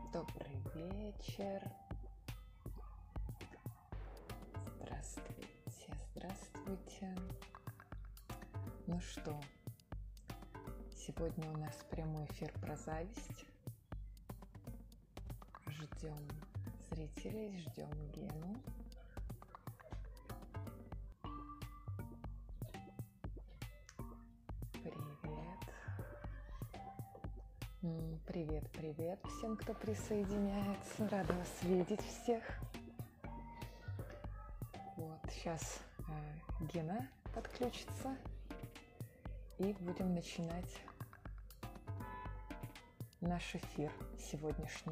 Добрый вечер. Здравствуйте, здравствуйте. Ну что, сегодня у нас прямой эфир про зависть. Ждем зрителей, ждем Гену. Привет, привет всем, кто присоединяется. Рада вас видеть всех. Вот, сейчас Гена подключится и будем начинать наш эфир сегодняшний.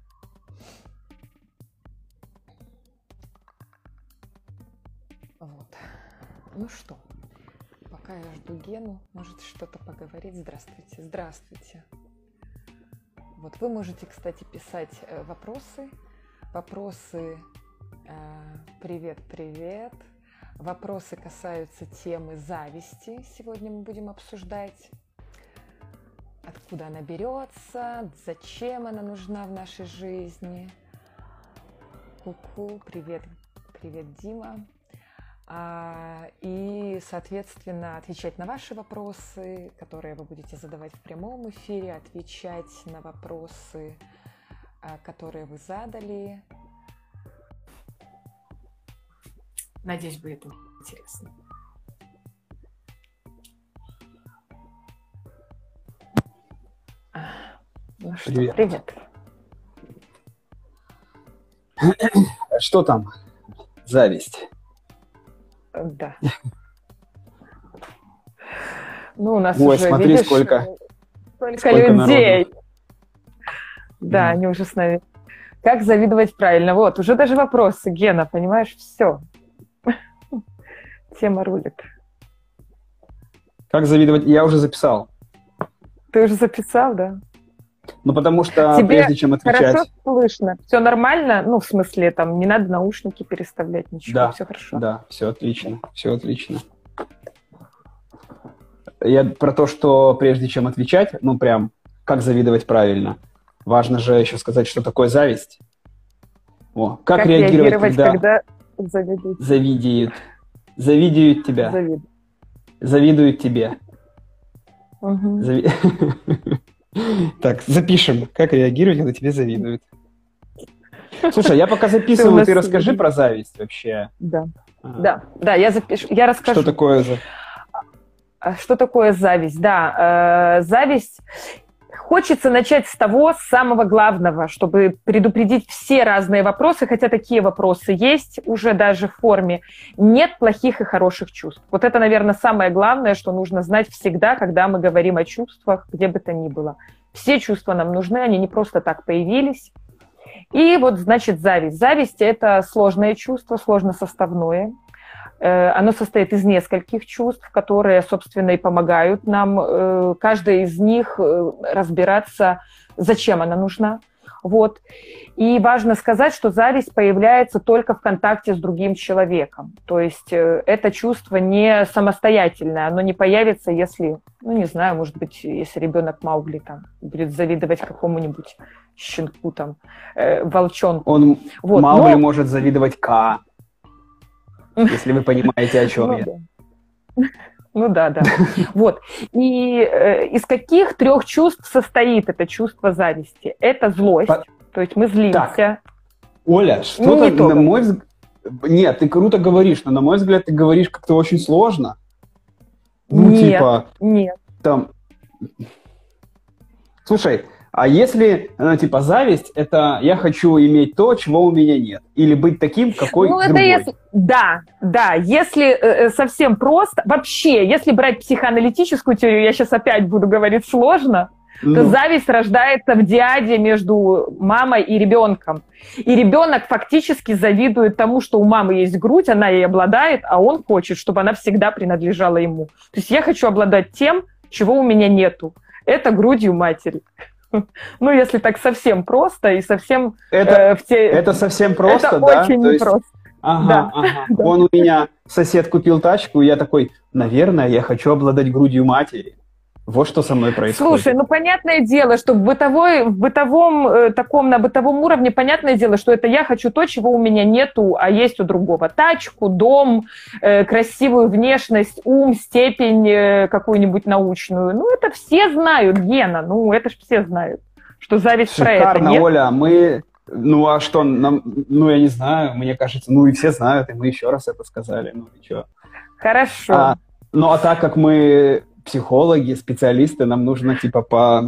Вот. Ну что, пока я жду Гену, может что-то поговорить. Здравствуйте, здравствуйте. Вот вы можете, кстати, писать вопросы. Привет. Вопросы касаются темы зависти. Сегодня мы будем обсуждать, откуда она берется, зачем она нужна в нашей жизни. Ку-ку, привет, Дима. И, соответственно, отвечать на ваши вопросы, которые вы будете задавать в прямом эфире, отвечать на вопросы, которые вы задали. Надеюсь, будет интересно. Ну что, привет. Что там? Зависть. Да. Ну, у нас Ой, уже, смотри, видишь, сколько людей. Народу. Да, они уже с нами. Как завидовать правильно? Вот, уже даже вопросы, Гена, понимаешь, все. Тема рулит. Как завидовать? Я уже записал. Ты уже записал, да? Ну, потому что тебе прежде чем отвечать... хорошо слышно? Все нормально? Ну, в смысле, там, не надо наушники переставлять, ничего, Да, все хорошо? Да, все отлично, все отлично. Я про то, что прежде чем отвечать, ну, прям, как завидовать правильно, важно же еще сказать, что такое зависть. О, как реагировать, когда завидуют тебя, завидуют тебе. Угу. Так, запишем, как реагировать, когда тебе завидуют. Слушай, я пока записываю, ты расскажи про зависть вообще. Да, я запишу, я расскажу. Что такое Что такое зависть? Да, зависть. Хочется начать с того самого главного, чтобы предупредить все разные вопросы, хотя такие вопросы есть уже даже в форме. Нет плохих и хороших чувств. Вот это, наверное, самое главное, что нужно знать всегда, когда мы говорим о чувствах, где бы то ни было. Все чувства нам нужны, они не просто так появились. И вот, значит, зависть. Зависть – это сложное чувство, сложносоставное. Оно состоит из нескольких чувств, которые, собственно, и помогают нам, каждая из них, разбираться, зачем она нужна. Вот. И важно сказать, что зависть появляется только в контакте с другим человеком. То есть это чувство не самостоятельное, оно не появится, если, ну не знаю, может быть, если ребенок Маугли там будет завидовать какому-нибудь щенку, там, волчонку. Вот. Маугли может завидовать Ка. Если вы понимаете, о чем я. Ну да. Вот. И из каких трех чувств состоит это чувство зависти? Это злость, то есть мы злимся. Так. Оля, что-то, на мой взгляд... Нет, ты круто говоришь, но, на мой взгляд, ты говоришь как-то очень сложно. Ну, нет. Там... Слушай, а если, зависть, это я хочу иметь то, чего у меня нет, или быть таким, какой другой? Это если... Да, если совсем просто, вообще, если брать психоаналитическую теорию, я сейчас опять буду говорить сложно, то зависть рождается в диаде между мамой и ребенком. И ребенок фактически завидует тому, что у мамы есть грудь, она ей обладает, а он хочет, чтобы она всегда принадлежала ему. То есть я хочу обладать тем, чего у меня нету. Это грудью матери. Ну, если так совсем просто и совсем... Это совсем просто, это да? Очень непросто. Ага. Вон у меня сосед купил тачку, и я такой, наверное, я хочу обладать грудью матери. Вот что со мной происходит. Слушай, ну понятное дело, что на бытовом уровне, понятное дело, что это я хочу то, чего у меня нету, а есть у другого. Тачку, дом, красивую внешность, ум, степень какую-нибудь научную. Ну это все знают, Гена, ну это ж все знают, что зависть про это. Шикарно, Оля, мы... Ну а что, нам, ну я не знаю, мне кажется, ну и все знают, и мы еще раз это сказали, ну и что. Хорошо. Ну а так как мы... психологи, специалисты, нам нужно типа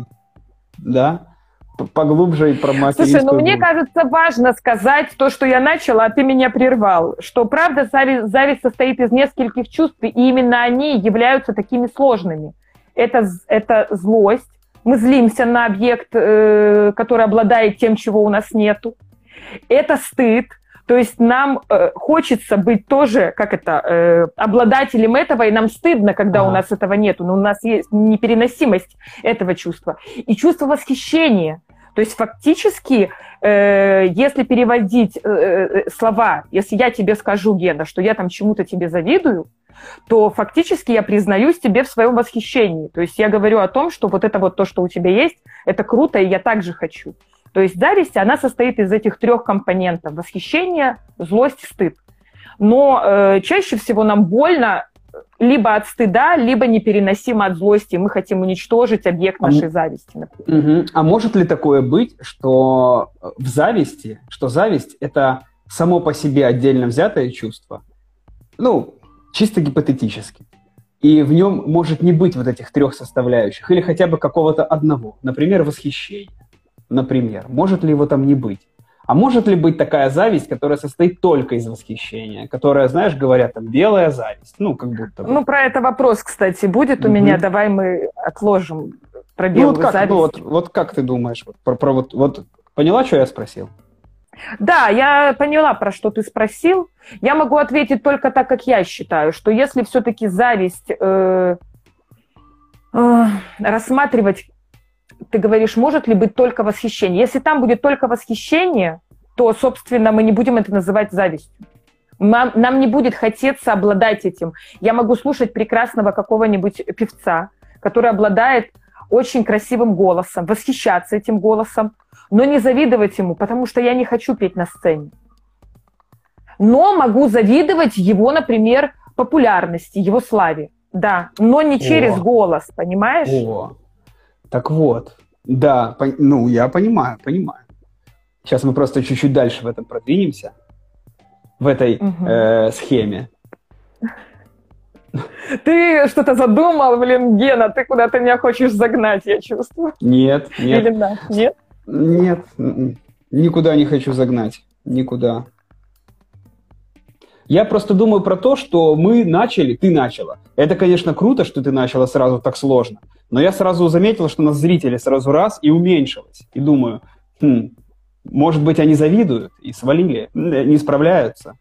поглубже и про материнскую. Слушай, ну мне кажется, важно сказать то, что я начала, а ты меня прервал, что правда зависть состоит из нескольких чувств, и именно они являются такими сложными. Это злость, мы злимся на объект, который обладает тем, чего у нас нету. Это стыд. То есть нам хочется быть тоже, обладателем этого, и нам стыдно, когда у нас этого нету, но у нас есть непереносимость этого чувства. И чувство восхищения. То есть фактически, если переводить слова, если я тебе скажу, Гена, что я там чему-то тебе завидую, то фактически я признаюсь тебе в своем восхищении. То есть я говорю о том, что вот это вот то, что у тебя есть, это круто, и я так же хочу. То есть зависть, она состоит из этих 3 компонентов: восхищение, злость, стыд. Но чаще всего нам больно либо от стыда, либо непереносимо от злости. Мы хотим уничтожить объект нашей зависти, например. А может ли такое быть, что зависть – это само по себе отдельно взятое чувство? Ну, чисто гипотетически. И в нем может не быть вот этих 3 составляющих, или хотя бы какого-то одного, например, восхищение. Например, может ли его там не быть? А может ли быть такая зависть, которая состоит только из восхищения, которая, знаешь, говорят, там, белая зависть, ну, как будто бы. Ну, про это вопрос, кстати, будет у меня, давай мы отложим про белую зависть. Вот как ты думаешь, вот поняла, что я спросил? Да, я поняла, про что ты спросил. Я могу ответить только так, как я считаю, что если все-таки зависть рассматривать, ты говоришь, может ли быть только восхищение? Если там будет только восхищение, то, собственно, мы не будем это называть завистью. Нам не будет хотеться обладать этим. Я могу слушать прекрасного какого-нибудь певца, который обладает очень красивым голосом, восхищаться этим голосом, но не завидовать ему, потому что я не хочу петь на сцене. Но могу завидовать его, например, популярности, его славе. Да, но не через голос, понимаешь? Так вот, да, я понимаю. Сейчас мы просто чуть-чуть дальше в этом продвинемся, в этой схеме. Ты что-то задумал, Гена, ты куда-то меня хочешь загнать, я чувствую. Нет. Или да? Нет? Нет, никуда не хочу загнать, никуда. Я просто думаю про то, что ты начала. Это, конечно, круто, что ты начала сразу так сложно, но я сразу заметил, что у нас зрители сразу раз и уменьшилось. И думаю, может быть, они завидуют и свалили, не справляются.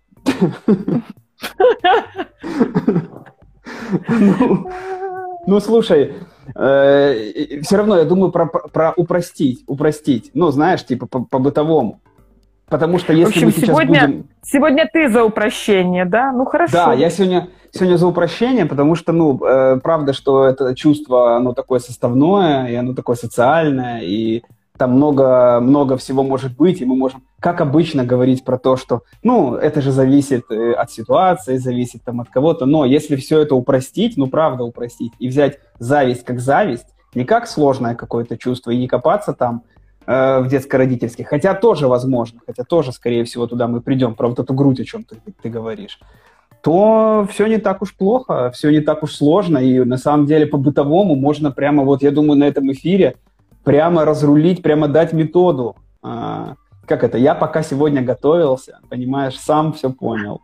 Ну, слушай, все равно я думаю про упростить. Ну, знаешь, типа по-бытовому. Потому что если в общем, мы сейчас будем... Сегодня ты за упрощение, да? Ну, хорошо. Да, я сегодня за упрощение, потому что, правда, что это чувство, оно такое составное, и оно такое социальное, и там много всего может быть, и мы можем, как обычно, говорить про то, что, это же зависит от ситуации, зависит там от кого-то, но если все это упростить, правда упростить, и взять зависть как зависть, не как сложное какое-то чувство, и не копаться там в детско-родительских, хотя тоже возможно, хотя тоже, скорее всего, туда мы придем, про вот эту грудь, о чем ты говоришь, то все не так уж плохо, все не так уж сложно, и на самом деле по-бытовому можно прямо, я думаю, на этом эфире прямо разрулить, прямо дать методу. Я пока сегодня готовился, понимаешь, сам все понял.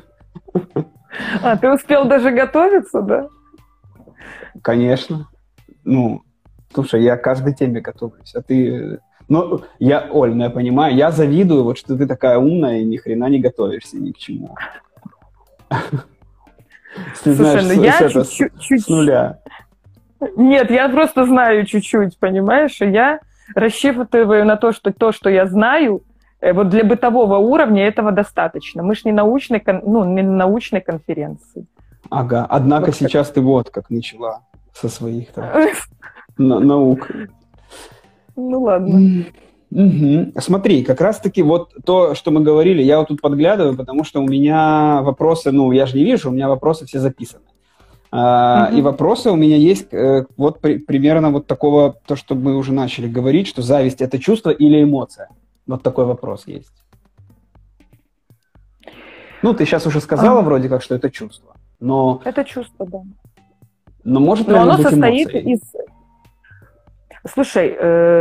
А ты успел даже готовиться, да? Конечно. Слушай, я к каждой теме готовлюсь, а ты... Оль, я понимаю, я завидую, что ты такая умная и ни хрена не готовишься ни к чему. Ты знаешь, с нуля. Нет, я просто знаю чуть-чуть, понимаешь? И я рассчитываю на то, что я знаю, вот для бытового уровня этого достаточно. Мы ж не на научной конференции. Ага, однако сейчас ты как начала. со своих наук. Ну ладно. Смотри, как раз-таки вот то, что мы говорили, я вот тут подглядываю, потому что у меня вопросы, я же не вижу, у меня вопросы все записаны. И вопросы у меня есть вот примерно вот такого, то, что мы уже начали говорить, что зависть – это чувство или эмоция? Вот такой вопрос есть. Ты сейчас уже сказала вроде как, что это чувство, но… Это чувство, да. Но может ли оно быть состоит эмоцией? Слушай,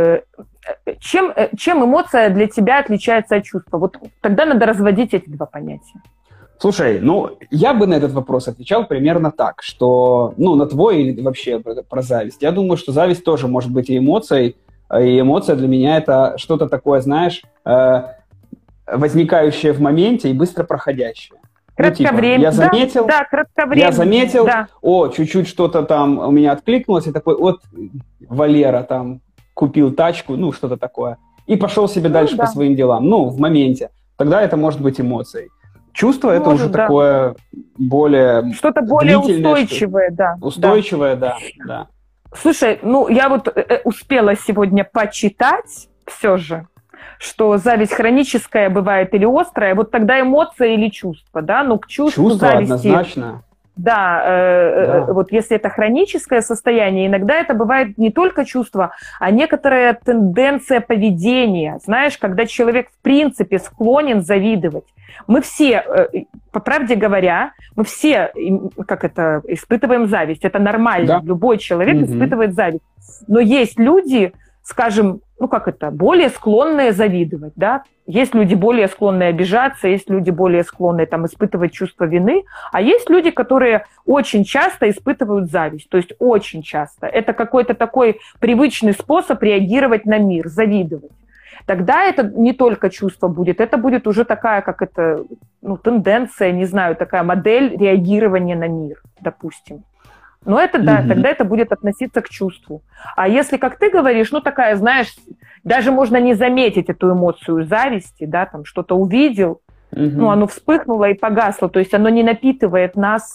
чем эмоция для тебя отличается от чувства? Вот тогда надо разводить эти два понятия. Слушай, я бы на этот вопрос отвечал примерно так, что, на твой или вообще про зависть. Я думаю, что зависть тоже может быть и эмоцией, и эмоция для меня это что-то такое, знаешь, возникающее в моменте и быстро проходящее. Кратковременно. Я заметил, кратковременно. Чуть-чуть что-то там у меня откликнулось, и такой, Валера там купил тачку, что-то такое, и пошел себе дальше по своим делам, в моменте. Тогда это может быть эмоцией. Чувство это уже такое более… Что-то более устойчивое, да. Устойчивое, да. Слушай, я вот успела сегодня почитать все же, что зависть хроническая бывает или острая, вот тогда эмоция или чувство, да? К чувству зависти… однозначно. Да, вот если это хроническое состояние, иногда это бывает не только чувство, а некоторая тенденция поведения. Знаешь, когда человек в принципе склонен завидовать. Мы все, по правде говоря, мы все, испытываем зависть. Это нормально. Да. Любой человек испытывает зависть. Но есть люди, скажем, более склонные завидовать, да? Есть люди более склонные обижаться, есть люди более склонные испытывать чувство вины, а есть люди, которые очень часто испытывают зависть, то есть очень часто. Это какой-то такой привычный способ реагировать на мир, завидовать. Тогда это не только чувство будет, это будет уже такая, тенденция, не знаю, такая модель реагирования на мир, допустим. Но это тогда это будет относиться к чувству. А если, как ты говоришь, такая, знаешь, даже можно не заметить эту эмоцию зависти, да, там что-то увидел, оно вспыхнуло и погасло, то есть оно не напитывает нас.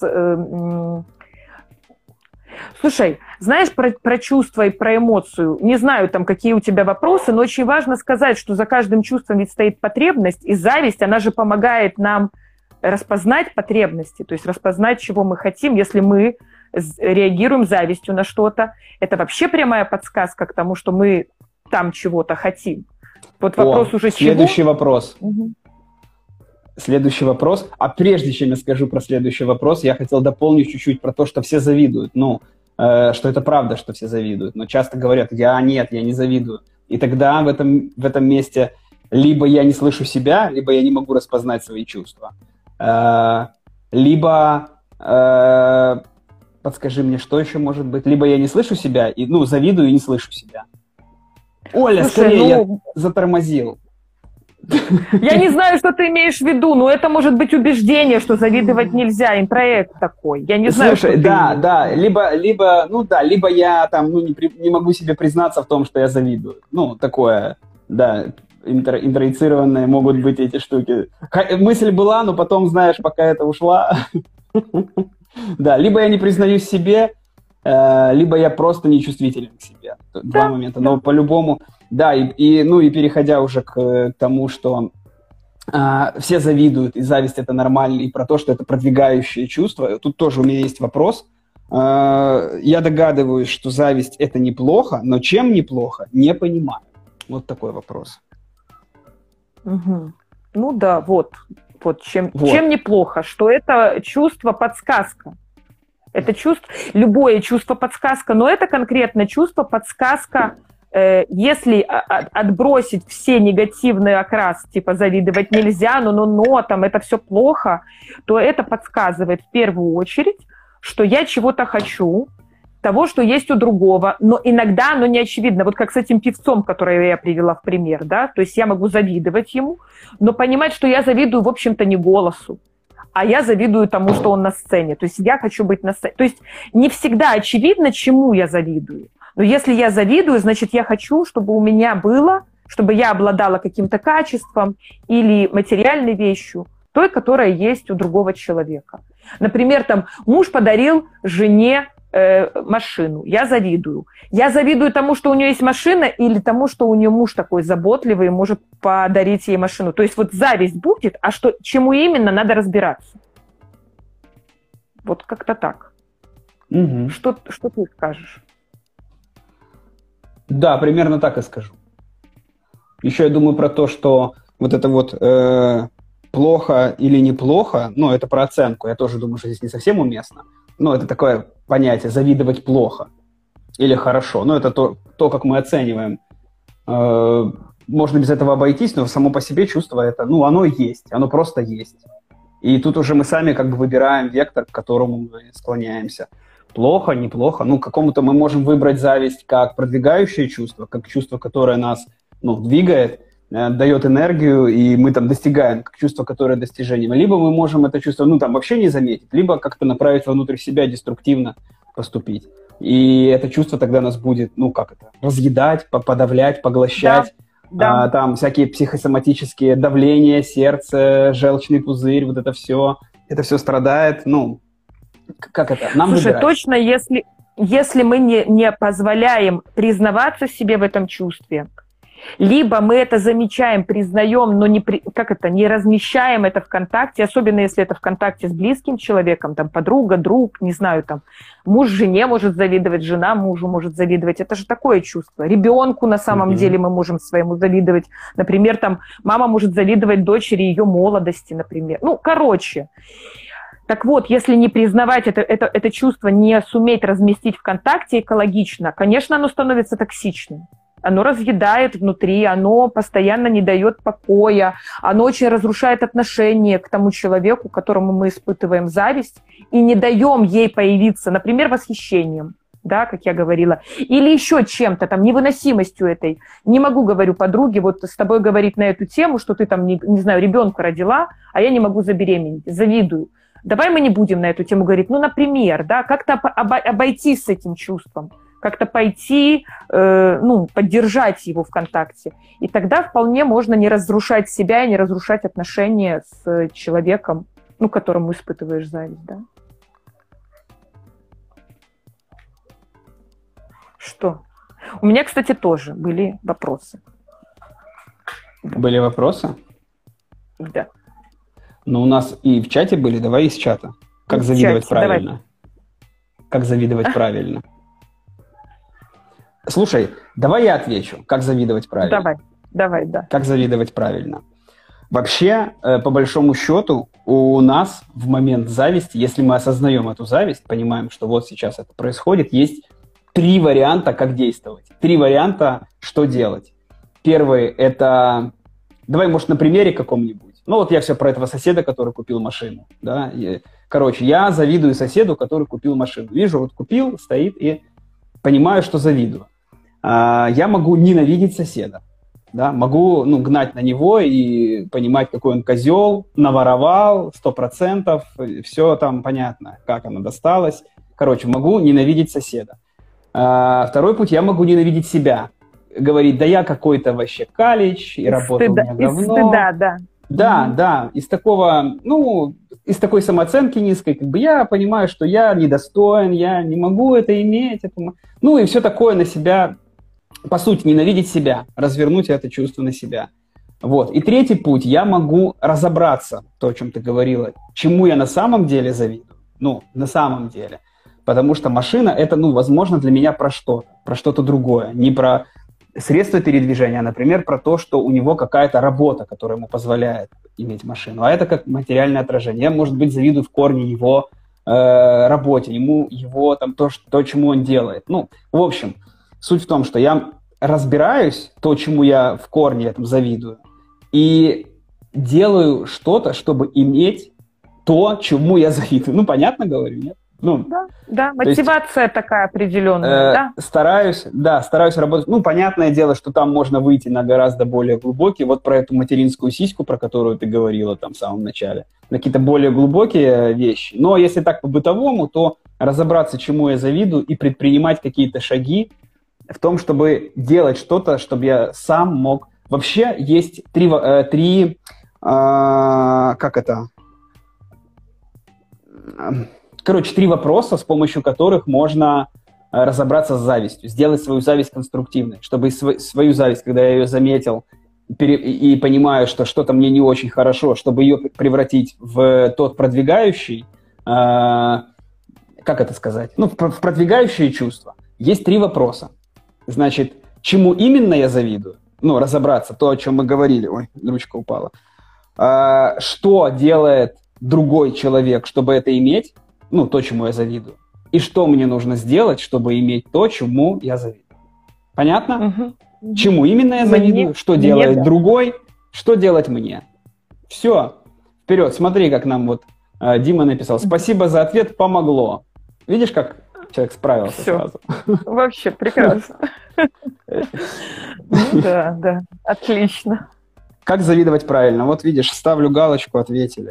Слушай, знаешь, про чувства и про эмоцию, не знаю, какие у тебя вопросы, но очень важно сказать, что за каждым чувством ведь стоит потребность, и зависть, она же помогает нам распознать потребности, то есть распознать, чего мы хотим, если мы реагируем завистью на что-то. Это вообще прямая подсказка к тому, что мы там чего-то хотим. Вот вопрос уже следующий чего? Вопрос. Следующий вопрос. А прежде чем я скажу про следующий вопрос, я хотел дополнить чуть-чуть про то, что все завидуют. Что это правда, что все завидуют. Но часто говорят, я не завидую. И тогда в этом месте либо я не слышу себя, либо я не могу распознать свои чувства. Либо… Подскажи мне, что еще может быть? Либо я не слышу себя, и, завидую и не слышу себя. Оля, скорее, я затормозил. Я не знаю, что ты имеешь в виду, но это может быть убеждение, что завидовать нельзя, интроект такой. Я не знаю, слушай, либо я не могу себе признаться в том, что я завидую. Такое, интроицированные могут быть эти штуки. Мысль была, но потом, знаешь, пока это ушла… Да, либо я не признаюсь себе, либо я просто нечувствителен к себе. Два момента. Но по-любому, и переходя уже к тому, что все завидуют, и зависть это нормально, и про то, что это продвигающее чувство, тут тоже у меня есть вопрос. Я догадываюсь, что зависть это неплохо, но чем неплохо, не понимаю. Вот такой вопрос. Чем неплохо, что это чувство-подсказка. Это любое чувство-подсказка, но это конкретно чувство-подсказка, если отбросить все негативные окрасы, типа завидовать нельзя, это все плохо, то это подсказывает в первую очередь, что я чего-то хочу, того, что есть у другого, но иногда оно не очевидно. Вот как с этим певцом, который я привела в пример, да, то есть я могу завидовать ему, но понимать, что я завидую, в общем-то, не голосу, а я завидую тому, что он на сцене. То есть я хочу быть на сцене. То есть не всегда очевидно, чему я завидую. Но если я завидую, значит, я хочу, чтобы у меня было, чтобы я обладала каким-то качеством или материальной вещью, той, которая есть у другого человека. Например, муж подарил жене машину, я завидую. Я завидую тому, что у нее есть машина, или тому, что у нее муж такой заботливый и может подарить ей машину. То есть вот зависть будет, а что, чему именно, надо разбираться. Вот как-то так. Угу. Что ты скажешь? Да, примерно так и скажу. Еще я думаю про то, что вот это вот плохо или неплохо, ну, это про оценку. Я тоже думаю, что здесь не совсем уместно. Но это такое понятие завидовать плохо или хорошо. Но это то как мы оцениваем. Можно без этого обойтись, но само по себе чувство это, ну, оно есть, оно просто есть. И тут уже мы сами как бы выбираем вектор, к которому мы склоняемся. Плохо, неплохо. Ну, к какому-то мы можем выбрать зависть как продвигающее чувство, как чувство, которое нас, ну, двигает, дает энергию, и мы там достигаем, как чувство, которое достижением. Либо мы можем это чувство, ну, там, вообще не заметить, либо как-то направить внутрь себя, деструктивно поступить. И это чувство тогда нас будет, ну, как это, разъедать, подавлять, поглощать. Да. Там всякие психосоматические давления, сердце, желчный пузырь, вот это все страдает, ну, как это, нам Слушай, выбирать. Точно, если мы не позволяем признаваться себе в этом чувстве, либо мы это замечаем, признаем, но не размещаем это ВКонтакте, особенно если это ВКонтакте с близким человеком, там подруга, друг, не знаю, там муж жене может завидовать, жена мужу может завидовать. Это же такое чувство. Ребенку на самом деле мы можем своему завидовать. Например, там мама может завидовать дочери ее молодости, например. Ну, короче. Так вот, если не признавать это чувство, не суметь разместить ВКонтакте экологично, конечно, оно становится токсичным. Оно разъедает внутри, оно постоянно не дает покоя, оно очень разрушает отношение к тому человеку, которому мы испытываем зависть, и не даем ей появиться, например, восхищением, да, как я говорила, или еще чем-то, там, невыносимостью этой. Не могу, говорю подруге, вот с тобой говорить на эту тему, что ты там, не знаю, ребенка родила, а я не могу забеременеть, завидую. Давай мы не будем на эту тему говорить. Ну, например, да, как-то обойтись с этим чувством, как-то пойти, поддержать его ВКонтакте. И тогда вполне можно не разрушать себя и не разрушать отношения с человеком, ну, которому испытываешь зависть, да. Что? У меня, кстати, тоже были вопросы. Были вопросы? Да. Ну, у нас и в чате были, давай из чата. Как завидовать правильно? Давай. Как завидовать правильно? Слушай, давай я отвечу, как завидовать правильно. Давай, да. Как завидовать правильно? Вообще, по большому счету, у нас в момент зависти, если мы осознаем эту зависть, понимаем, что вот сейчас это происходит, есть 3 варианта, как действовать. 3 варианта, что делать. Первый – это… Давай, может, на примере каком-нибудь. Ну, вот я все про этого соседа, который купил машину. Да? Короче, я завидую соседу, который купил машину. Вижу, вот купил, стоит, и понимаю, что завидую. Я могу ненавидеть соседа. Да? Могу гнать на него и понимать, какой он козел, наворовал, 100%, все там понятно, как оно досталось. Короче, могу ненавидеть соседа. Второй путь – я могу ненавидеть себя. Говорить, да я какой-то вообще калич, и работа у меня говно. Из стыда, да. Да, из такой самооценки низкой, как бы я понимаю, что я недостоин, я не могу это иметь. Ну и все такое на себя, по сути, ненавидеть себя, развернуть это чувство на себя. Вот. И третий путь, я могу разобраться, то, о чем ты говорила, чему я на самом деле завидую. Ну, на самом деле. Потому что машина, это, возможно, для меня про что-то другое, не про средство передвижения, а, например, про то, что у него какая-то работа, которая ему позволяет иметь машину. А это как материальное отражение. Я, может быть, завидую в корне его работе, его там, то, чему он делает. Ну, в общем, суть в том, что я разбираюсь, то, чему я в корне этом завидую, и делаю что-то, чтобы иметь то, чему я завидую. Ну, понятно говорю, нет? Да, мотивация есть, такая определенная, да? Стараюсь работать. Ну, понятное дело, что там можно выйти на гораздо более глубокие, вот про эту материнскую сиську, про которую ты говорила там в самом начале, какие-то более глубокие вещи. Но если так по-бытовому, то разобраться, чему я завидую, и предпринимать какие-то шаги в том, чтобы делать что-то, чтобы я сам мог... Вообще есть Короче, 3 вопроса, с помощью которых можно разобраться с завистью, сделать свою зависть конструктивной, чтобы свою зависть, когда я ее заметил и понимаю, что что-то мне не очень хорошо, чтобы ее превратить в тот продвигающий, как это сказать, ну, в продвигающие чувства. Есть 3 вопроса. Значит, чему именно я завидую? Ну, разобраться, то, о чем мы говорили. Ой, ручка упала. Что делает другой человек, чтобы это иметь? Ну, то, чему я завидую. И что мне нужно сделать, чтобы иметь то, чему я завидую. Понятно? Угу. Чему именно я завидую? Что делает другой? Что делать мне? Все. Вперед. Смотри, как нам вот Дима написал. Спасибо за ответ, помогло. Видишь, как человек справился сразу? Вообще прекрасно. Да, отлично. Как завидовать правильно? Вот видишь, ставлю галочку, ответили.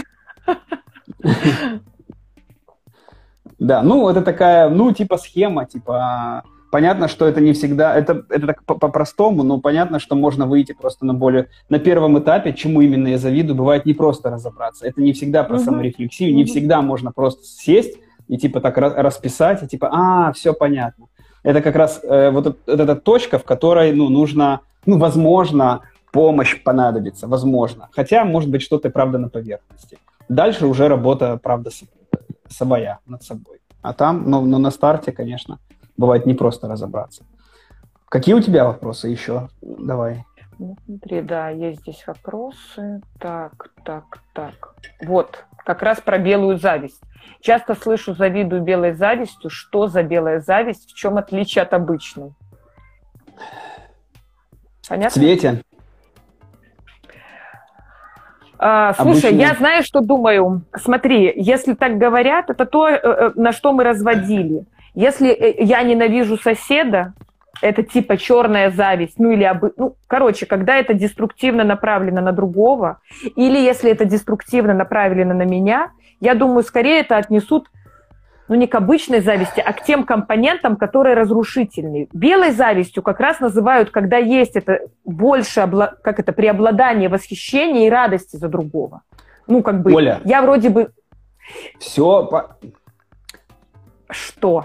Да, ну это такая, ну типа схема, типа понятно, что это не всегда, это так по-простому, но понятно, что можно выйти просто на первом этапе, чему именно я завидую, бывает не просто разобраться. Это не всегда про саморефлексию, не всегда можно просто сесть и типа так расписать, и типа, все понятно. Это как раз вот эта точка, в которой, ну, нужно, ну, возможно, помощь понадобится, возможно. Хотя, может быть, что-то, правда, на поверхности. Дальше уже работа, правда, своя над собой. А там, ну, на старте, конечно, бывает не просто разобраться. Какие у тебя вопросы еще? Давай. Ну, смотри, да, есть здесь вопросы. Так. Вот, как раз про белую зависть. Часто слышу, завидую белой завистью. Что за белая зависть? В чем отличие от обычной? Понятно? В цвете. Слушай, я знаю, что думаю. Смотри, если так говорят, это то, на что мы разводили. Если я ненавижу соседа, это типа черная зависть, ну или короче, когда это деструктивно направлено на другого, или если это деструктивно направлено на меня, я думаю, скорее это отнесут, ну не к обычной зависти, а к тем компонентам, которые разрушительны. Белой завистью как раз называют, когда есть это больше, преобладание восхищения и радости за другого. Ну как бы, Оля, я вроде бы... Все... Что?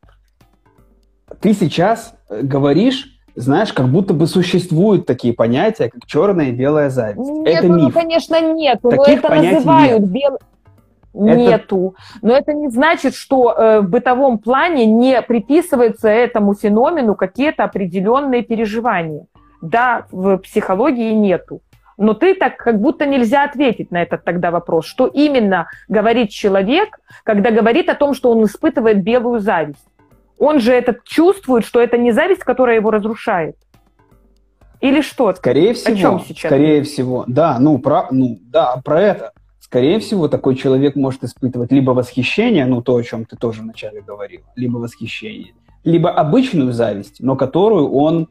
Ты сейчас говоришь, знаешь, как будто бы существуют такие понятия, как черная и белая зависть. Нет, это миф. Конечно, нету, Таких но это называют белой... Нету. Но это не значит, что в бытовом плане не приписывается этому феномену какие-то определенные переживания. Да, в психологии нету. Но ты так как будто нельзя ответить на этот тогда вопрос. Что именно говорит человек, когда говорит о том, что он испытывает белую зависть? Он же это чувствует, что это не зависть, которая его разрушает. Или что? Скорее всего. О чем сейчас? Скорее всего. Да, про это. Скорее всего, такой человек может испытывать либо восхищение, ну, то, о чем ты тоже вначале говорил, либо восхищение, либо обычную зависть, но которую он,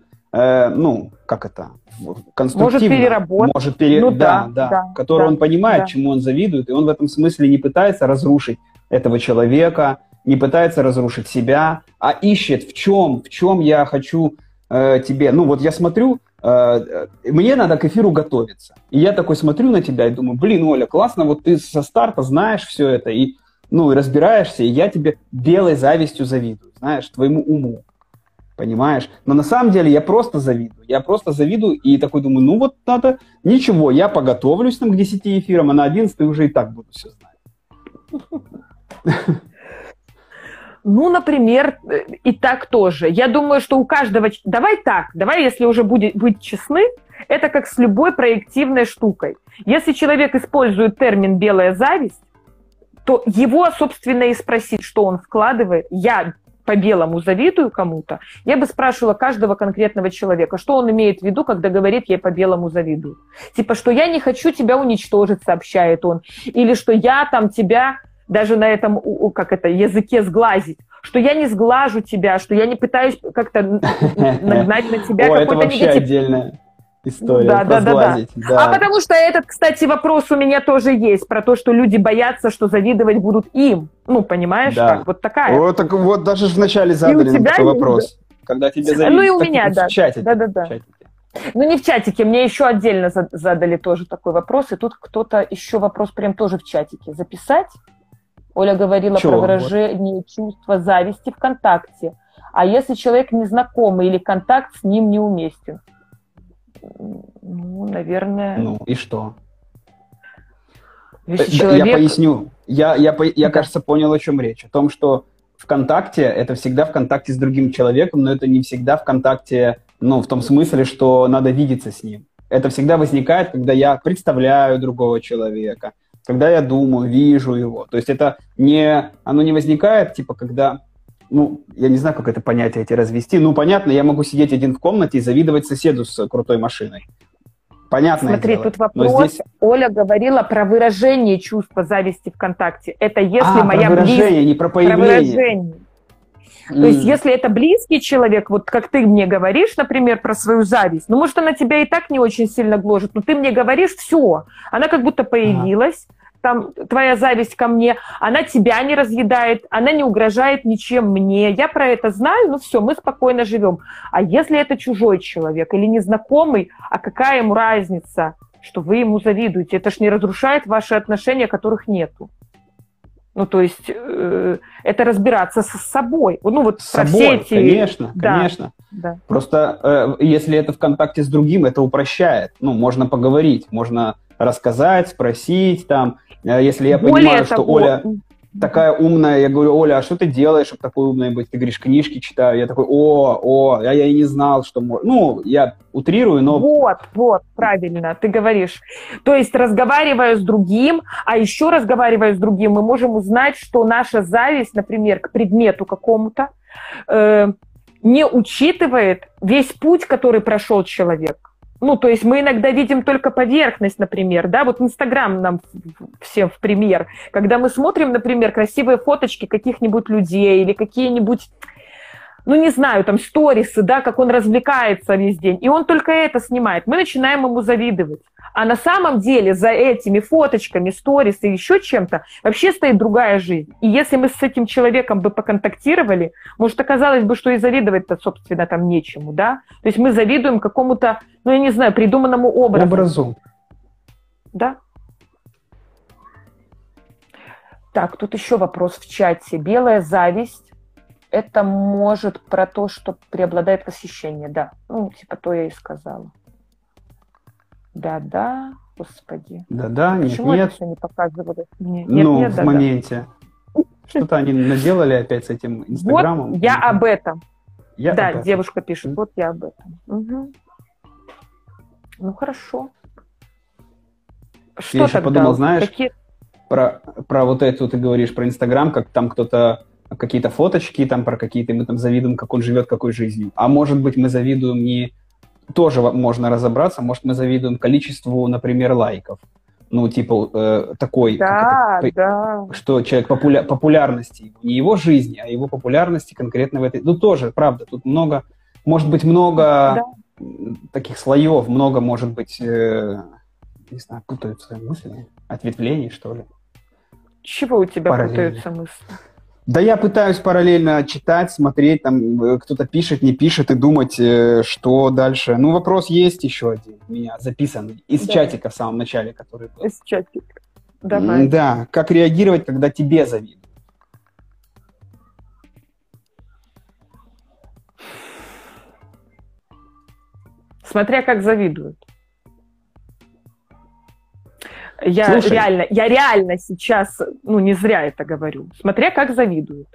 конструктивно... Может переработать. Которую он понимает, чему он завидует, и он в этом смысле не пытается разрушить этого человека, не пытается разрушить себя, а ищет, в чем я хочу тебе... Ну, вот я смотрю... Мне надо к эфиру готовиться. И я такой смотрю на тебя и думаю, Оля, классно, вот ты со старта знаешь все это, и разбираешься, и я тебе белой завистью завидую, знаешь, твоему уму. Понимаешь? Но на самом деле я просто завидую. И такой думаю, ну вот надо, ничего, я поготовлюсь там к 10 эфирам, а на 11 уже и так буду все знать. Ну, например, и так тоже. Я думаю, что у каждого... Давай, если уже быть честны, это как с любой проективной штукой. Если человек использует термин «белая зависть», то его, собственно, и спросить, что он вкладывает. Я по-белому завидую кому-то, я бы спрашивала каждого конкретного человека, что он имеет в виду, когда говорит «я по-белому завидую». Типа, что я не хочу тебя уничтожить, сообщает он, или что я там тебя... даже на этом, языке сглазить, что я не сглажу тебя, что я не пытаюсь как-то нагнать на тебя какой-то негатив. Это вообще отдельная история, сглазить. Да. А потому что этот, кстати, вопрос у меня тоже есть, про то, что люди боятся, что завидовать будут им. Ну, понимаешь, да. как? Вот такая. Вот даже вначале задали нам такой вопрос. Когда тебе завидуют. Ну и у меня, да. В чате. Да. Ну, не в чатике, мне еще отдельно задали тоже такой вопрос, и тут кто-то еще вопрос прям тоже в чатике. Записать? Оля говорила Чего? про выражение чувства зависти ВКонтакте. А если человек незнакомый или контакт с ним неуместен? Ну, наверное... Ну, и что? Если человек... Я поясню. Я, кажется, понял, о чем речь. О том, что ВКонтакте — это всегда в контакте с другим человеком, но это не всегда в контакте, ну, в том смысле, что надо видеться с ним. Это всегда возникает, когда я представляю другого человека, когда я думаю, вижу его. То есть это оно не возникает, типа, когда... Ну, я не знаю, как это понятие эти развести. Ну, понятно, я могу сидеть один в комнате и завидовать соседу с крутой машиной. Понятно. Смотри, дело. тут вопрос. Здесь... Оля говорила про выражение чувства зависти ВКонтакте. Это если моя про выражение, не про появление. Про выражение. То есть, если это близкий человек, вот как ты мне говоришь, например, про свою зависть, ну, может, она тебя и так не очень сильно гложет, но ты мне говоришь, все, она как будто появилась, там, твоя зависть ко мне, она тебя не разъедает, она не угрожает ничем мне, я про это знаю, ну, все, мы спокойно живем. А если это чужой человек или незнакомый, а какая ему разница, что вы ему завидуете? Это ж не разрушает ваши отношения, которых нету. Ну, то есть это разбираться с собой. Ну, вот с про собой, все эти... конечно, да, конечно. Да. Просто если это в контакте с другим, это упрощает. Ну, можно поговорить, можно рассказать, спросить там. Если я понимаю, что Оля такая умная, я говорю: Оля, а что ты делаешь, чтобы такой умной быть? Ты говоришь, книжки читаю. Я такой: я и не знал, что можно. Ну, я утрирую, но... Вот, правильно, ты говоришь. То есть, разговаривая с другим, а еще разговаривая с другим, мы можем узнать, что наша зависть, например, к предмету какому-то, не учитывает весь путь, который прошел человек. Ну, то есть мы иногда видим только поверхность, например, да, вот Инстаграм нам всем в пример. Когда мы смотрим, например, красивые фоточки каких-нибудь людей или какие-нибудь, ну, не знаю, там, сторисы, да, как он развлекается весь день, и он только это снимает, мы начинаем ему завидовать. А на самом деле за этими фоточками, сторис и еще чем-то вообще стоит другая жизнь. И если мы с этим человеком бы поконтактировали, может, оказалось бы, что и завидовать-то, собственно, там нечему, да? То есть мы завидуем какому-то, ну, я не знаю, придуманному образу. Да. Так, тут еще вопрос в чате. Белая зависть. Это может про то, что преобладает восхищение, да. Ну, типа то я и сказала. Да, господи. Да, почему нет. это все не показывали? Нет, в моменте. Что-то они наделали опять с этим Инстаграмом. Вот я об этом. Об этом. Девушка пишет, вот я об этом. Угу. Ну, хорошо. Что я еще подумал, знаешь, какие... про вот это ты говоришь, про Инстаграм, как там кто-то какие-то фоточки, там про какие-то мы там завидуем, как он живет, какой жизнью. А может быть, мы завидуем не... Тоже можно разобраться, может, мы завидуем количеству, например, лайков. Ну, типа, такой... Да. Что человек популярности, не его жизни, а его популярности конкретно в этой... Ну, тоже, правда, тут много... Может быть, много таких слоев, много, может быть, не знаю, путаются мысли, ответвлений, что ли. Чего у тебя путаются мысли? Да я пытаюсь параллельно читать, смотреть, там кто-то пишет, не пишет, и думать, что дальше. Ну, вопрос есть еще один у меня записан из чатика в самом начале, который был. Из чатика. Давай. Да, как реагировать, когда тебе завидуют? Смотря как завидуют. Я реально сейчас, ну, не зря это говорю. Смотря как завидуют.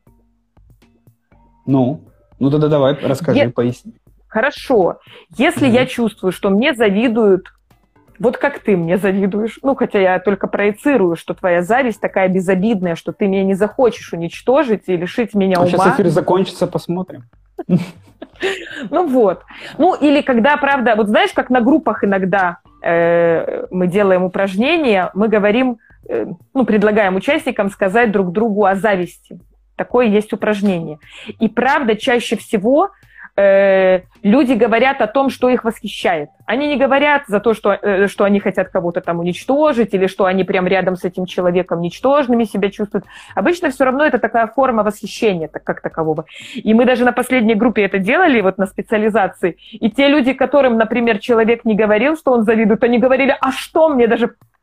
Ну тогда давай, расскажи, поясни. Хорошо. Если я чувствую, что мне завидуют, вот как ты мне завидуешь, ну, хотя я только проецирую, что твоя зависть такая безобидная, что ты меня не захочешь уничтожить и лишить меня ума. Сейчас эфир закончится, посмотрим. Ну вот. Ну, или когда, правда, вот знаешь, как на группах иногда мы делаем упражнения, мы говорим, ну, предлагаем участникам сказать друг другу о зависти. Такое есть упражнение. И правда, чаще всего люди говорят о том, что их восхищает. Они не говорят за то, что они хотят кого-то там уничтожить, или что они прям рядом с этим человеком ничтожными себя чувствуют. Обычно все равно это такая форма восхищения, как такового. И мы даже на последней группе это делали, вот на специализации. И те люди, которым, например, человек не говорил, что он завидует, они говорили: а что мне даже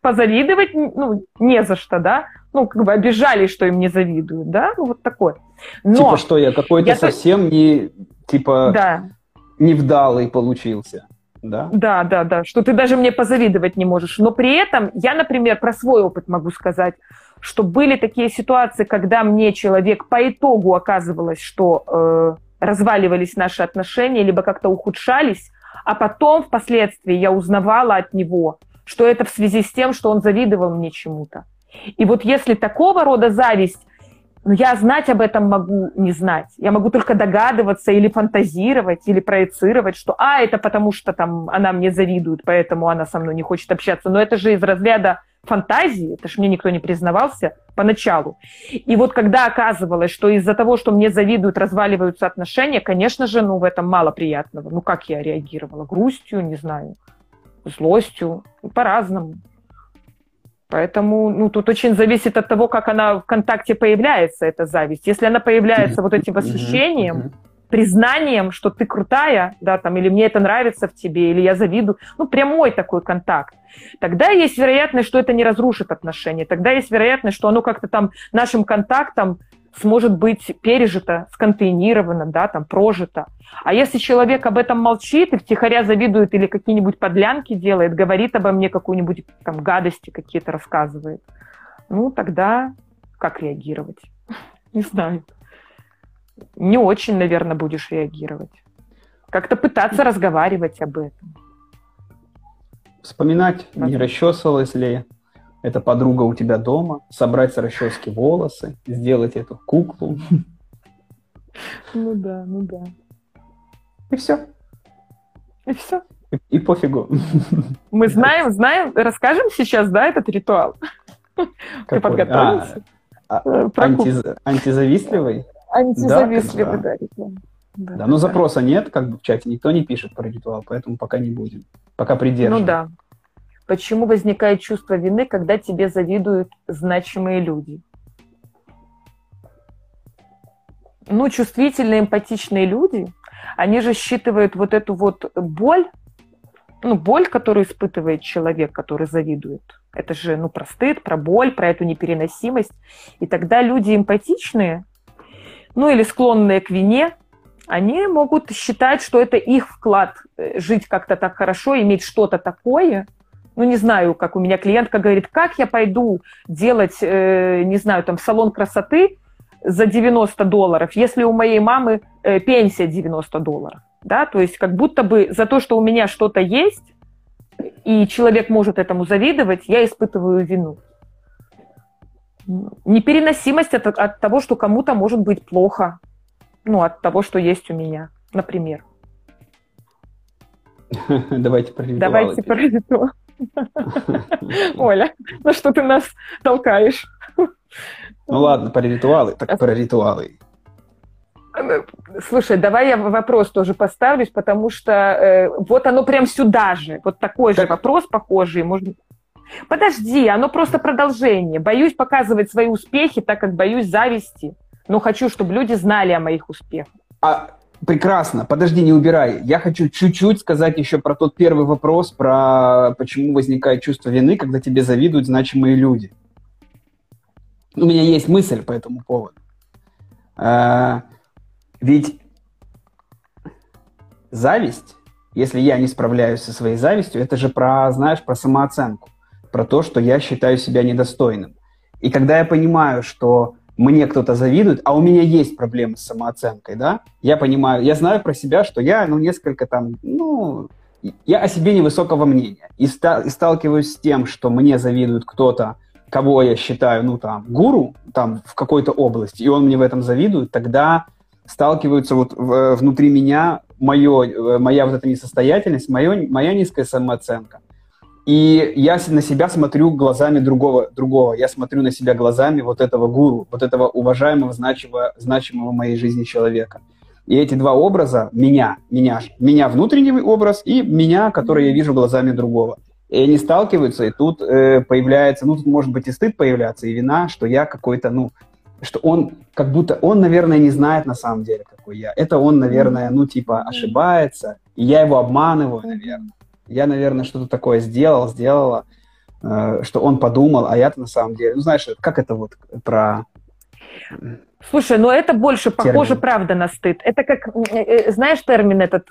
позавидовать, ну, не за что, да, ну, как бы обижались, что им не завидуют, да, ну, вот такое. Но типа что, я какой-то совсем не, типа, да. невдалый получился, да? Да, что ты даже мне позавидовать не можешь. Но при этом я, например, про свой опыт могу сказать, что были такие ситуации, когда мне человек по итогу оказывалось, что разваливались наши отношения, либо как-то ухудшались, а потом впоследствии я узнавала от него, что это в связи с тем, что он завидовал мне чему-то. И вот если такого рода зависть, ну, я знать об этом могу не знать. Я могу только догадываться или фантазировать, или проецировать, что это потому что там она мне завидует, поэтому она со мной не хочет общаться. Но это же из разряда фантазии, это же мне никто не признавался поначалу. И вот когда оказывалось, что из-за того, что мне завидуют, разваливаются отношения, конечно же, ну, в этом мало приятного. Ну, как я реагировала? Грустью, не знаю, злостью, по-разному. Поэтому, ну, тут очень зависит от того, как она в контакте появляется, эта зависть. Если она появляется вот этим восхищением, признанием, что ты крутая, да, там, или мне это нравится в тебе, или я завидую, ну, прямой такой контакт, тогда есть вероятность, что это не разрушит отношения, тогда есть вероятность, что оно как-то там нашим контактом сможет быть пережито, сконтейнировано, да, там, прожито. А если человек об этом молчит и втихаря завидует или какие-нибудь подлянки делает, говорит обо мне какую-нибудь там гадости какие-то рассказывает, ну, тогда как реагировать? Не знаю. Не очень, наверное, будешь реагировать. Как-то пытаться разговаривать об этом. Вспоминать, не расчесывалась ли эта подруга у тебя дома, собрать с расчески волосы, сделать эту куклу. Ну да. И все. И все. И пофигу. Мы знаем, расскажем сейчас, да, этот ритуал? Ты подготовился? Антизавистливый? Антизавистливый, да, ритуал. Да, но запроса нет, как бы в чате никто не пишет про ритуал, поэтому пока не будем. Пока придержим. Ну да. Почему возникает чувство вины, когда тебе завидуют значимые люди? Ну, чувствительные, эмпатичные люди, они же считывают вот эту вот боль, ну, боль, которую испытывает человек, который завидует. Это же, ну, про стыд, про боль, про эту непереносимость. И тогда люди эмпатичные, ну, или склонные к вине, они могут считать, что это их вклад жить как-то так хорошо, иметь что-то такое. Ну, не знаю, как у меня клиентка говорит, как я пойду делать, не знаю, там, салон красоты за $90, если у моей мамы пенсия $90, да, то есть как будто бы за то, что у меня что-то есть, и человек может этому завидовать, я испытываю вину. Непереносимость от того, что кому-то может быть плохо, ну, от того, что есть у меня, например. Давайте про ритуалы. Давайте про ритуал. Оля, ну что ты нас толкаешь? Ну ладно, про ритуалы, так про ритуалы. Слушай, давай я вопрос тоже поставлюсь, потому что вот оно прям сюда же, вот такой же вопрос похожий. Можно... Подожди, оно просто продолжение. Боюсь показывать свои успехи, так как боюсь зависти, но хочу, чтобы люди знали о моих успехах. Прекрасно. Подожди, не убирай. Я хочу чуть-чуть сказать еще про тот первый вопрос, про почему возникает чувство вины, когда тебе завидуют значимые люди. У меня есть мысль по этому поводу. Ведь зависть, если я не справляюсь со своей завистью, это же про, знаешь, про самооценку, про то, что я считаю себя недостойным. И когда я понимаю, что мне кто-то завидует, а у меня есть проблемы с самооценкой, да, я понимаю, я знаю про себя, что я, несколько там, я о себе невысокого мнения. И сталкиваюсь с тем, что мне завидует кто-то, кого я считаю, гуру, там, в какой-то области, и он мне в этом завидует, тогда сталкиваются вот внутри меня моя вот эта несостоятельность, моя низкая самооценка. И я на себя смотрю глазами другого. Я смотрю на себя глазами вот этого гуру, вот этого уважаемого, значимого в моей жизни человека. И эти два образа, меня внутренний образ и меня, который я вижу глазами другого. И они сталкиваются, и тут появляется, тут может быть и стыд появляться, и вина, что я какой-то, что он, как будто он, наверное, не знает на самом деле, какой я. Это он, наверное, ошибается, и я его обманываю, наверное. Я, наверное, что-то такое сделала. что он подумал, а я-то на самом деле... Ну, знаешь, как это вот про... Слушай, но это больше похоже, правда, на стыд. Это как, знаешь, термин этот...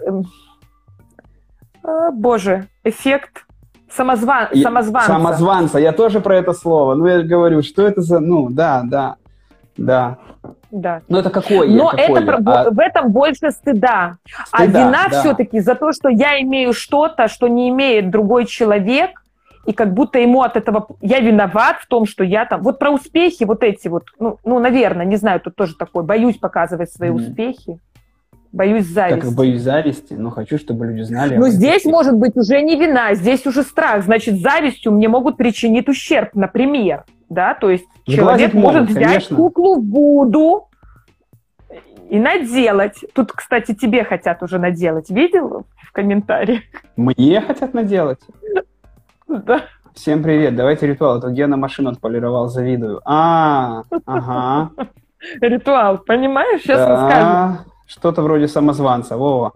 Боже, эффект самозванца. Самозванца, я тоже про это слово. Ну, я говорю, что это за... Ну, да. Да. Но это какое? Но в этом больше стыда. А вина все-таки за то, что я имею что-то, что не имеет другой человек, и как будто ему от этого... Я виноват в том, что я там... Вот про успехи вот эти вот, ну наверное, не знаю, тут тоже такое, боюсь показывать свои успехи, боюсь зависти. Так как боюсь зависти, но хочу, чтобы люди знали... Но здесь может быть уже не вина, здесь уже страх. Значит, завистью мне могут причинить ущерб, например. Да, то есть человек может взять куклу Вуду и наделать. Тут, кстати, тебе хотят уже наделать. Видел в комментариях? Мне хотят наделать? Да. Всем привет, давайте ритуал. А то Гена машину отполировал, завидую. Ага. Ритуал, понимаешь? Сейчас расскажу. Что-то вроде самозванца. Вова.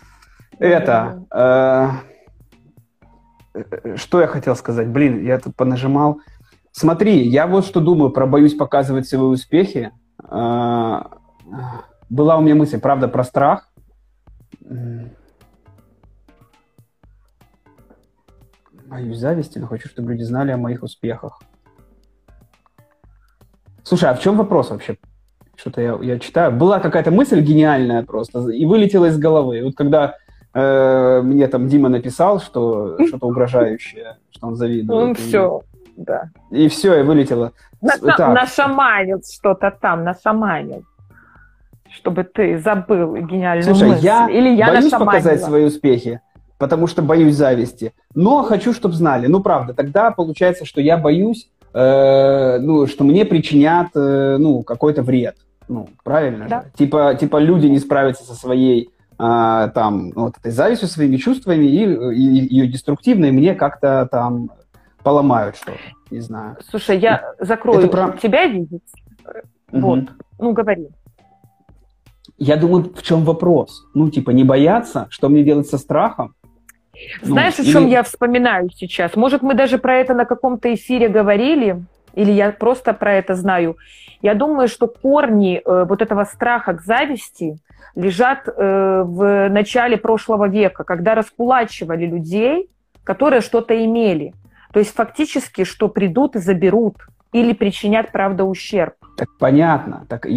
Что я хотел сказать? Блин, я тут понажимал. Смотри, я вот что думаю про боюсь показывать свои успехи. Была у меня мысль, правда, про страх. Боюсь зависти, но хочу, чтобы люди знали о моих успехах. Слушай, а в чем вопрос вообще? Что-то я читаю. Была какая-то мысль гениальная просто и вылетела из головы. Вот когда мне там Дима написал, что что-то угрожающее, что он завидует. Ну все, да. И все, и вылетело. Нашаманил что-то там, нашаманил. Чтобы ты забыл гениальную мысль. Слушай, я боюсь нашаманила. Показать свои успехи, потому что боюсь зависти. Но хочу, чтобы знали. Ну, правда, тогда получается, что я боюсь, что мне причинят, какой-то вред. Ну, правильно да. же? Типа люди не справятся со своей, этой завистью, своими чувствами, и ее деструктивно, и мне как-то там поломают что-то. Не знаю. Слушай, я закрою тебя видеть. Вот. Ну, говори. Я думаю, в чем вопрос? Не бояться, что мне делать со страхом? Знаешь, о чем я вспоминаю сейчас? Может, мы даже про это на каком-то эфире говорили, или я просто про это знаю. Я думаю, что корни вот этого страха к зависти лежат в начале прошлого века, когда раскулачивали людей, которые что-то имели. То есть фактически, что придут и заберут или причинят, правда, ущерб. Так понятно. Так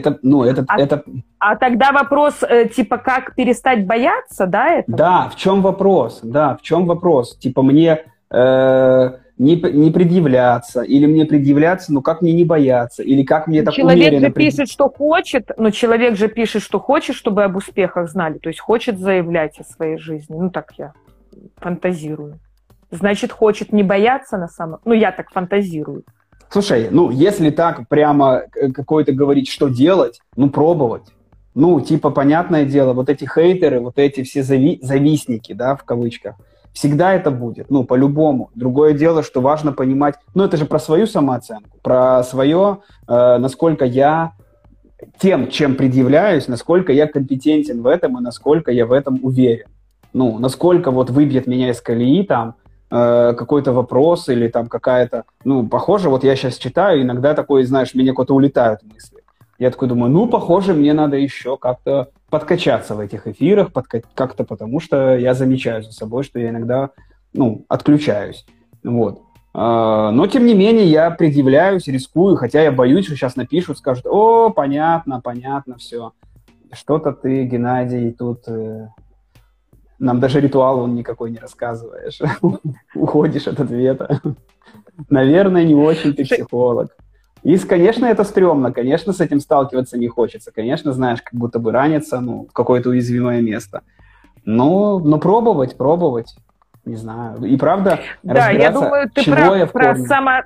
А тогда вопрос, как перестать бояться, да, этого? Да, в чем вопрос? Типа мне не предъявляться, или мне предъявляться, как мне не бояться, или как мне так умеренно... Человек же пишет, что хочет, чтобы об успехах знали, то есть хочет заявлять о своей жизни. Ну, так я фантазирую. Значит, хочет не бояться на самом... я так фантазирую. Слушай, если так прямо какой-то говорить, что делать, пробовать. Понятное дело, вот эти хейтеры, вот эти все завистники, да, в кавычках, всегда это будет, по-любому. Другое дело, что важно понимать, это же про свою самооценку, про свое, насколько я тем, чем предъявляюсь, насколько я компетентен в этом и насколько я в этом уверен. Насколько вот выбьет меня из колеи там, какой-то вопрос или там какая-то... похоже, вот я сейчас читаю, иногда такое, знаешь, меня куда-то улетают мысли. Я такой думаю, похоже, мне надо еще как-то подкачаться в этих эфирах, как-то потому что я замечаю за собой, что я иногда, отключаюсь. Вот. Но, тем не менее, я предъявляюсь, рискую, хотя я боюсь, что сейчас напишут, скажут, понятно, все. Что-то ты, Геннадий, тут... Нам даже ритуал он никакой не рассказываешь. Уходишь от ответа. Наверное, не очень ты психолог. И, конечно, это стрёмно. Конечно, с этим сталкиваться не хочется. Конечно, знаешь, как будто бы раниться в какое-то уязвимое место. Но пробовать. Не знаю. И правда, да, я думаю, ты прав про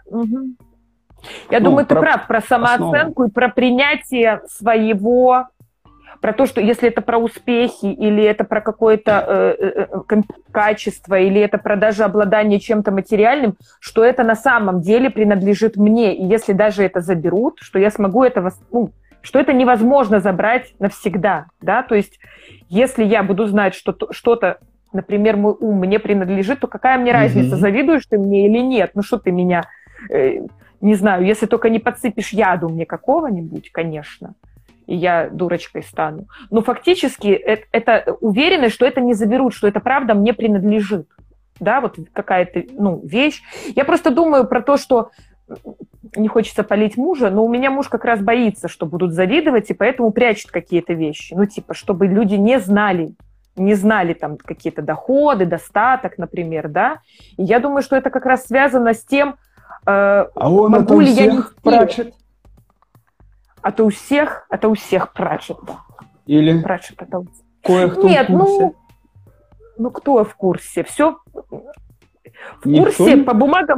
Я думаю, ты прав про самооценку и про принятие своего... Про то, что если это про успехи, или это про какое-то качество, или это про даже обладание чем-то материальным, что это на самом деле принадлежит мне. И если даже это заберут, что я смогу этого... что это невозможно забрать навсегда. Да? То есть если я буду знать, что что-то например, мой ум мне принадлежит, то какая мне разница, завидуешь ты мне или нет? Ну что ты меня, не знаю, если только не подсыпешь яду мне какого-нибудь, конечно, и я дурочкой стану. Но фактически это уверенность, что это не заберут, что это правда мне принадлежит. Да, вот какая-то, ну, вещь. Я просто думаю про то, что не хочется палить мужа, но у меня муж как раз боится, что будут завидовать, и поэтому прячет какие-то вещи. Ну, типа, чтобы люди не знали там какие-то доходы, достаток, например, да. И я думаю, что это как раз связано с тем, могу ли я нести. Прячет. Это у всех прячет, да. Или прячет это. Кое-кто в курсе. Ну, кто в курсе? Все в курсе, по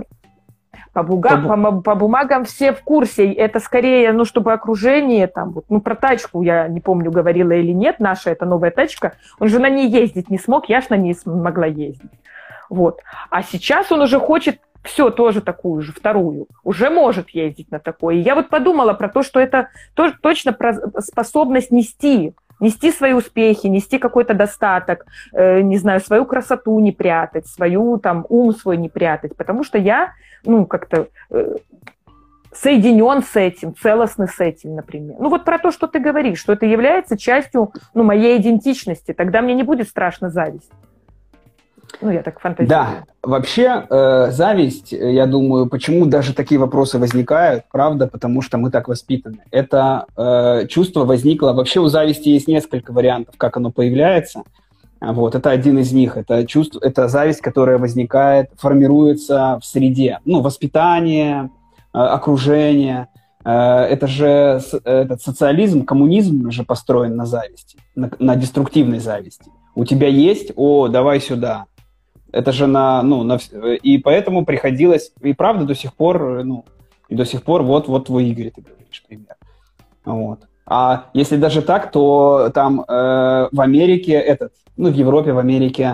бумагам все в курсе. Это скорее, ну, чтобы окружение там, вот, ну, про тачку я не помню, говорила или нет, наша это новая тачка, он же на ней ездить не смог, я ж на ней могла ездить. Вот. А сейчас он уже хочет все, тоже такую же, вторую, уже может ездить на такой. И я вот подумала про то, что это тоже точно про способность нести свои успехи, нести какой-то достаток, не знаю, свою красоту не прятать, свою там ум свой не прятать, потому что я, ну, как-то соединен с этим, целостный с этим, например. Ну, вот про то, что ты говоришь, что это является частью, ну, моей идентичности, тогда мне не будет страшна зависть. Ну, я так фантазирую. Да, вообще зависть, я думаю, почему даже такие вопросы возникают, правда, потому что мы так воспитаны. Это чувство возникло, вообще у зависти есть несколько вариантов, как оно появляется. Вот, это один из них, это чувство, это зависть, которая возникает, формируется в среде, ну, воспитание, окружение. Это же этот социализм, коммунизм же построен на зависти, на деструктивной зависти. У тебя есть, давай сюда. Это же и поэтому приходилось, и правда до сих пор, вот твой Игорь, ты говоришь, пример. Вот. А если даже так, то там в Америке в Европе, в Америке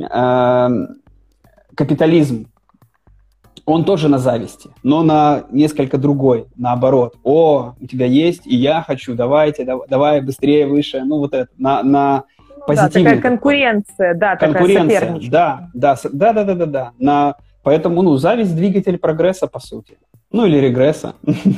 капитализм, он тоже на зависти, но на несколько другой, наоборот. У тебя есть, и я хочу, давай быстрее, выше, ну вот это, на позитивный. Да, такая конкуренция, да, такая соперничество. Да. Поэтому, зависть – двигатель прогресса, по сути. Ну, или регресса.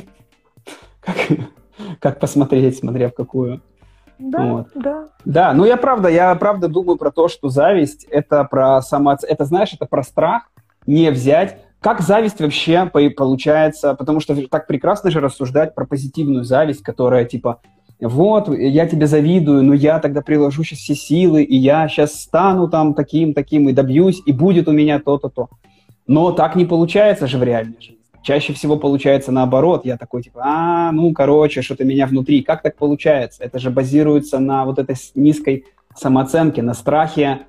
Как посмотреть, смотря в какую. Да. Да, я правда думаю про то, что зависть – это про это, знаешь, это про страх не взять. Как зависть вообще получается? Потому что так прекрасно же рассуждать про позитивную зависть, которая типа вот, я тебе завидую, но я тогда приложу сейчас все силы, и я сейчас стану там таким, и добьюсь, и будет у меня то-то. Но так не получается же в реальной жизни. Чаще всего получается наоборот. Я такой типа, что-то меня внутри. Как так получается? Это же базируется на вот этой низкой самооценке, на страхе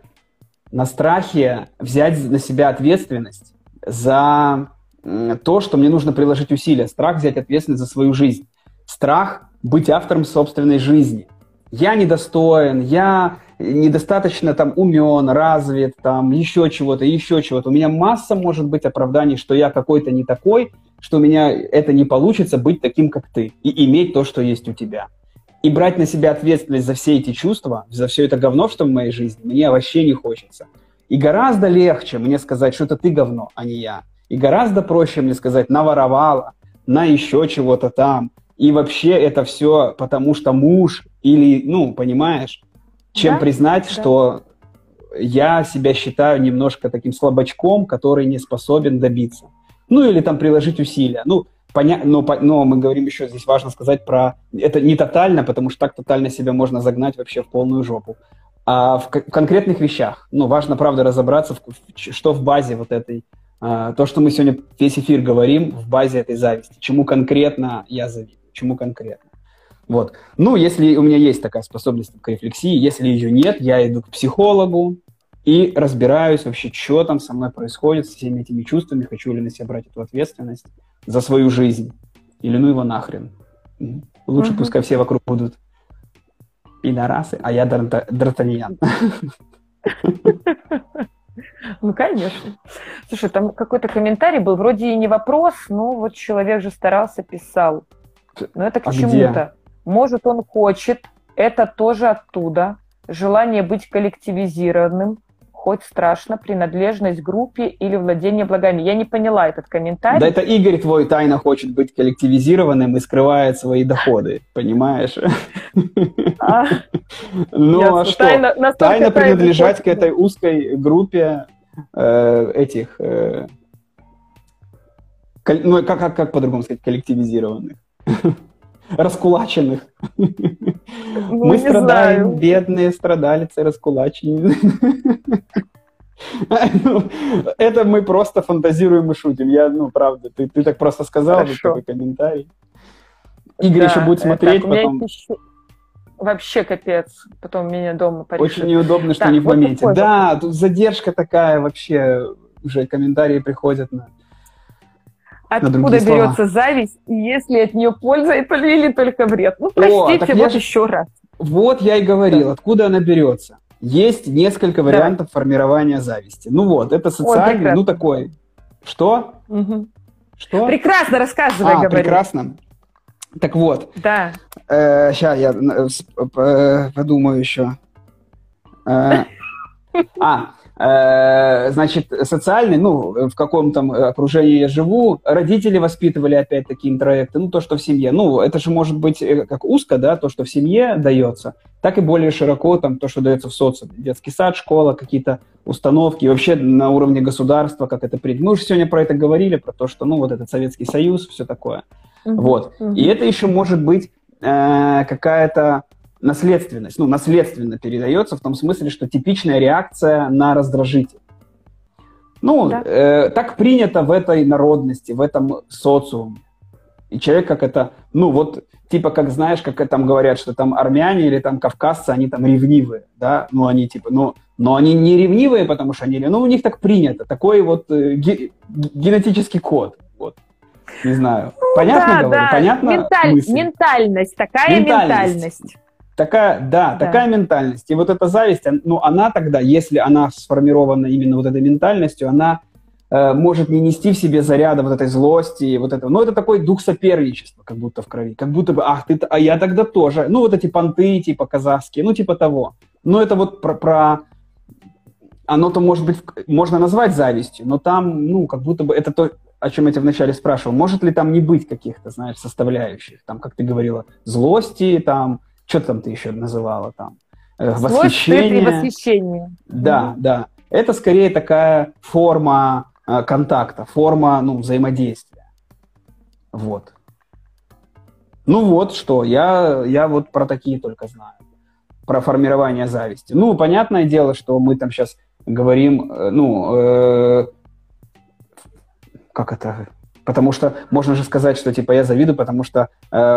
взять на себя ответственность за то, что мне нужно приложить усилия. Страх взять ответственность за свою жизнь. Страх быть автором собственной жизни. Я недостоин, я недостаточно там умен, развит, там еще чего-то. У меня масса может быть оправданий, что я какой-то не такой, что у меня это не получится быть таким, как ты, и иметь то, что есть у тебя. И брать на себя ответственность за все эти чувства, за все это говно, что в моей жизни, мне вообще не хочется. И гораздо легче мне сказать, что это ты говно, а не я. И гораздо проще мне сказать, наворовала, на еще чего-то там. И вообще это все потому, что муж или, понимаешь, чем признать, что я себя считаю немножко таким слабачком, который не способен добиться. Или там приложить усилия. Но мы говорим еще, здесь важно сказать про... Это не тотально, потому что так тотально себя можно загнать вообще в полную жопу. А в конкретных вещах. Важно, правда, разобраться, что в базе вот этой... То, что мы сегодня весь эфир говорим, в базе этой зависти. Чему конкретно я завидую. Чему конкретно. Вот. Если у меня есть такая способность к рефлексии, если ее нет, я иду к психологу и разбираюсь вообще, что там со мной происходит, с всеми этими чувствами, хочу ли на себя брать эту ответственность за свою жизнь. Или его нахрен. Лучше пускай все вокруг будут пидорасы, а я Д'Артаньян. Конечно. Слушай, там какой-то комментарий был, вроде и не вопрос, но вот человек же старался, писал. Но это к чему-то. Может, он хочет, это тоже оттуда. Желание быть коллективизированным. хоть страшно, принадлежность к группе или владение благами. Я не поняла этот комментарий. Да это Игорь твой тайно хочет быть коллективизированным и скрывает свои доходы, понимаешь? Ну а что? Тайно принадлежать к этой узкой группе этих, ну как по-другому сказать, коллективизированных? Раскулаченных. Мы страдаем, бедные страдалицы, раскулаченные. Это мы просто фантазируем и шутим. Я, правда, ты так просто сказал, такой комментарий. Игорь еще будет смотреть потом. Вообще капец. Потом меня дома порешит. Очень неудобно, что не в моменте. Да, тут задержка такая вообще. Уже комментарии приходят на... Откуда берется зависть, и если от нее польза, или только вред? Ну, простите, еще раз. Вот я и говорил, откуда она берется. Есть несколько вариантов формирования зависти. Ну вот, это социальный, такой. Что? Что? Прекрасно, рассказывай, говори. Прекрасно. Так вот. Да. Сейчас я подумаю еще. Значит, социальный, в каком-то окружении я живу, родители воспитывали опять-таки интроекты, то, что в семье. Это же может быть как узко, да, то, что в семье дается, так и более широко то, что дается в социуме. Детский сад, школа, какие-то установки, и вообще на уровне государства, как это принято. Мы уже сегодня про это говорили, про то, что, вот этот Советский Союз, все такое. Вот. И это еще может быть какая-то наследственность, наследственно передается в том смысле, что типичная реакция на раздражитель. Так принято в этой народности, в этом социуме. И человек как это, как знаешь, как там говорят, что там армяне или там кавказцы, они там ревнивые, да, они но они не ревнивые, потому что они, у них так принято, такой вот генетический код, вот. Не знаю. Понятно говорю? Понятно? Ментальность, такая ментальность. Такая ментальность. И вот эта зависть, она тогда, если она сформирована именно вот этой ментальностью, она может не нести в себе заряда вот этой злости, вот этого. Это такой дух соперничества, как будто в крови. Как будто бы, а я тогда тоже. Вот эти понты, типа казахские, типа того. Это вот про... Оно-то, может быть, можно назвать завистью, но там, как будто бы это то, о чем я тебя вначале спрашивал. Может ли там не быть каких-то, знаешь, составляющих? Там, как ты говорила, злости, там... Что там ты еще называла там? Восхищение. И восхищение. Да. Это скорее такая форма контакта, форма взаимодействия. Вот. Вот что. Я вот про такие только знаю. Про формирование зависти. Понятное дело, что мы там сейчас говорим, как это? Потому что можно же сказать, что типа я завидую, потому что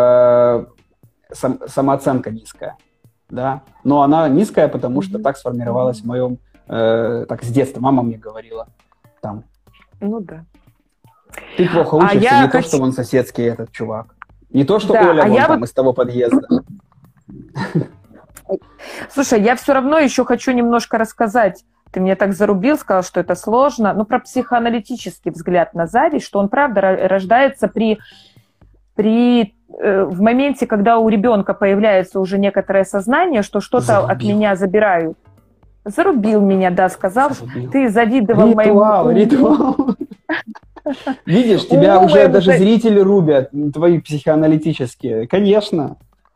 самооценка низкая, да, но она низкая, потому что так сформировалась в моем, так с детства мама мне говорила, там. Да. Ты плохо учишься, то, что он соседский этот чувак, не то, что Оля из того подъезда. Слушай, я все равно еще хочу немножко рассказать. Ты мне так зарубил, сказал, что это сложно, про психоаналитический взгляд на зависть, что он, правда, рождается в моменте, когда у ребенка появляется уже некоторое сознание, что что-то от меня забирают. Зарубил меня, да, сказал, ты завидовал моему... Ритуал. Видишь, тебя уже даже зрители рубят, твои психоаналитические. Конечно.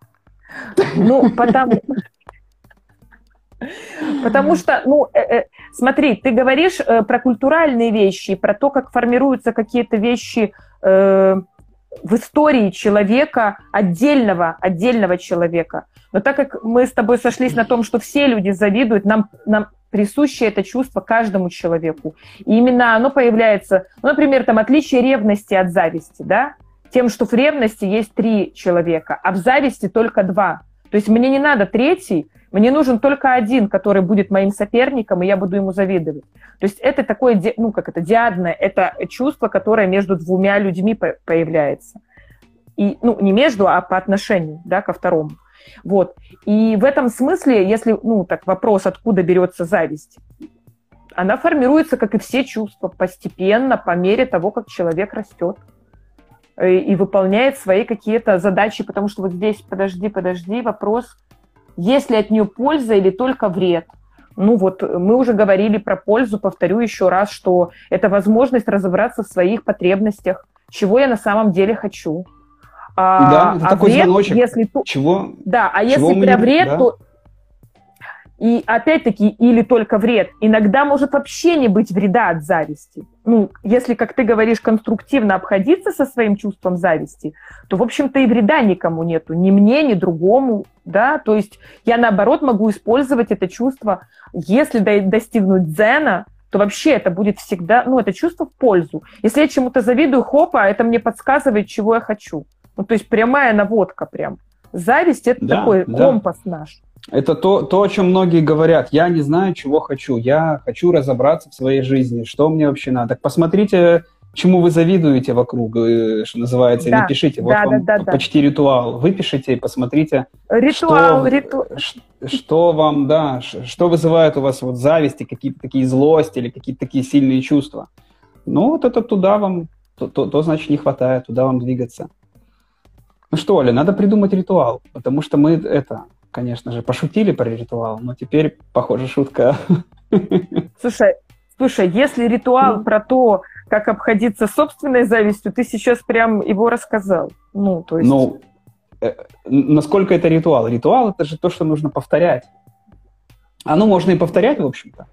Потому что, смотри, ты говоришь про культуральные вещи, про то, как формируются какие-то вещи в истории человека, отдельного человека. Но так как мы с тобой сошлись на том, что все люди завидуют, нам присуще это чувство каждому человеку. И именно оно появляется, например, там отличие ревности от зависти, да? Тем, что в ревности есть 3 человека, а в зависти только 2. То есть мне не надо 3, мне нужен только 1, который будет моим соперником, и я буду ему завидовать. То есть это такое, диадное, это чувство, которое между 2 людьми появляется. И, не между, а по отношению, да, ко второму. Вот. И в этом смысле, если, вопрос, откуда берется зависть, она формируется, как и все чувства, постепенно, по мере того, как человек растет и выполняет свои какие-то задачи, потому что вот здесь, подожди, вопрос, есть ли от нее польза или только вред? Ну вот мы уже говорили про пользу, повторю еще раз, что это возможность разобраться в своих потребностях, чего я на самом деле хочу. Да, это такой вред, звоночек. если... Чего? Да, а чего если про вред, да? то... И опять-таки, или только вред. Иногда может вообще не быть вреда от зависти. Ну, если, как ты говоришь, конструктивно обходиться со своим чувством зависти, то, в общем-то, и вреда никому нету. Ни мне, ни другому, да. То есть я, наоборот, могу использовать это чувство. Если достигнуть дзена, то вообще это будет всегда, ну, это чувство в пользу. Если я чему-то завидую, хопа, это мне подсказывает, чего я хочу. Ну, то есть прямая наводка прям. Зависть – это такой компас наш. Это то, о чем многие говорят. Я не знаю, чего хочу. Я хочу разобраться в своей жизни. Что мне вообще надо? Так посмотрите, чему вы завидуете вокруг, что называется, и напишите. Вот вам почти ритуал. Выпишите и посмотрите, что вам, да, что вызывает у вас вот зависть, какие-то такие злости или какие-то такие сильные чувства. Ну, вот это туда вам, то значит не хватает, туда вам двигаться. Ну что, Оля, надо придумать ритуал, потому что мы конечно же, пошутили про ритуал, но теперь, похоже, шутка. Слушай, если ритуал про то, как обходиться собственной завистью, ты сейчас прям его рассказал. Ну, то есть... Ну, насколько это ритуал? Ритуал – это же то, что нужно повторять. Можно и повторять, в общем-то.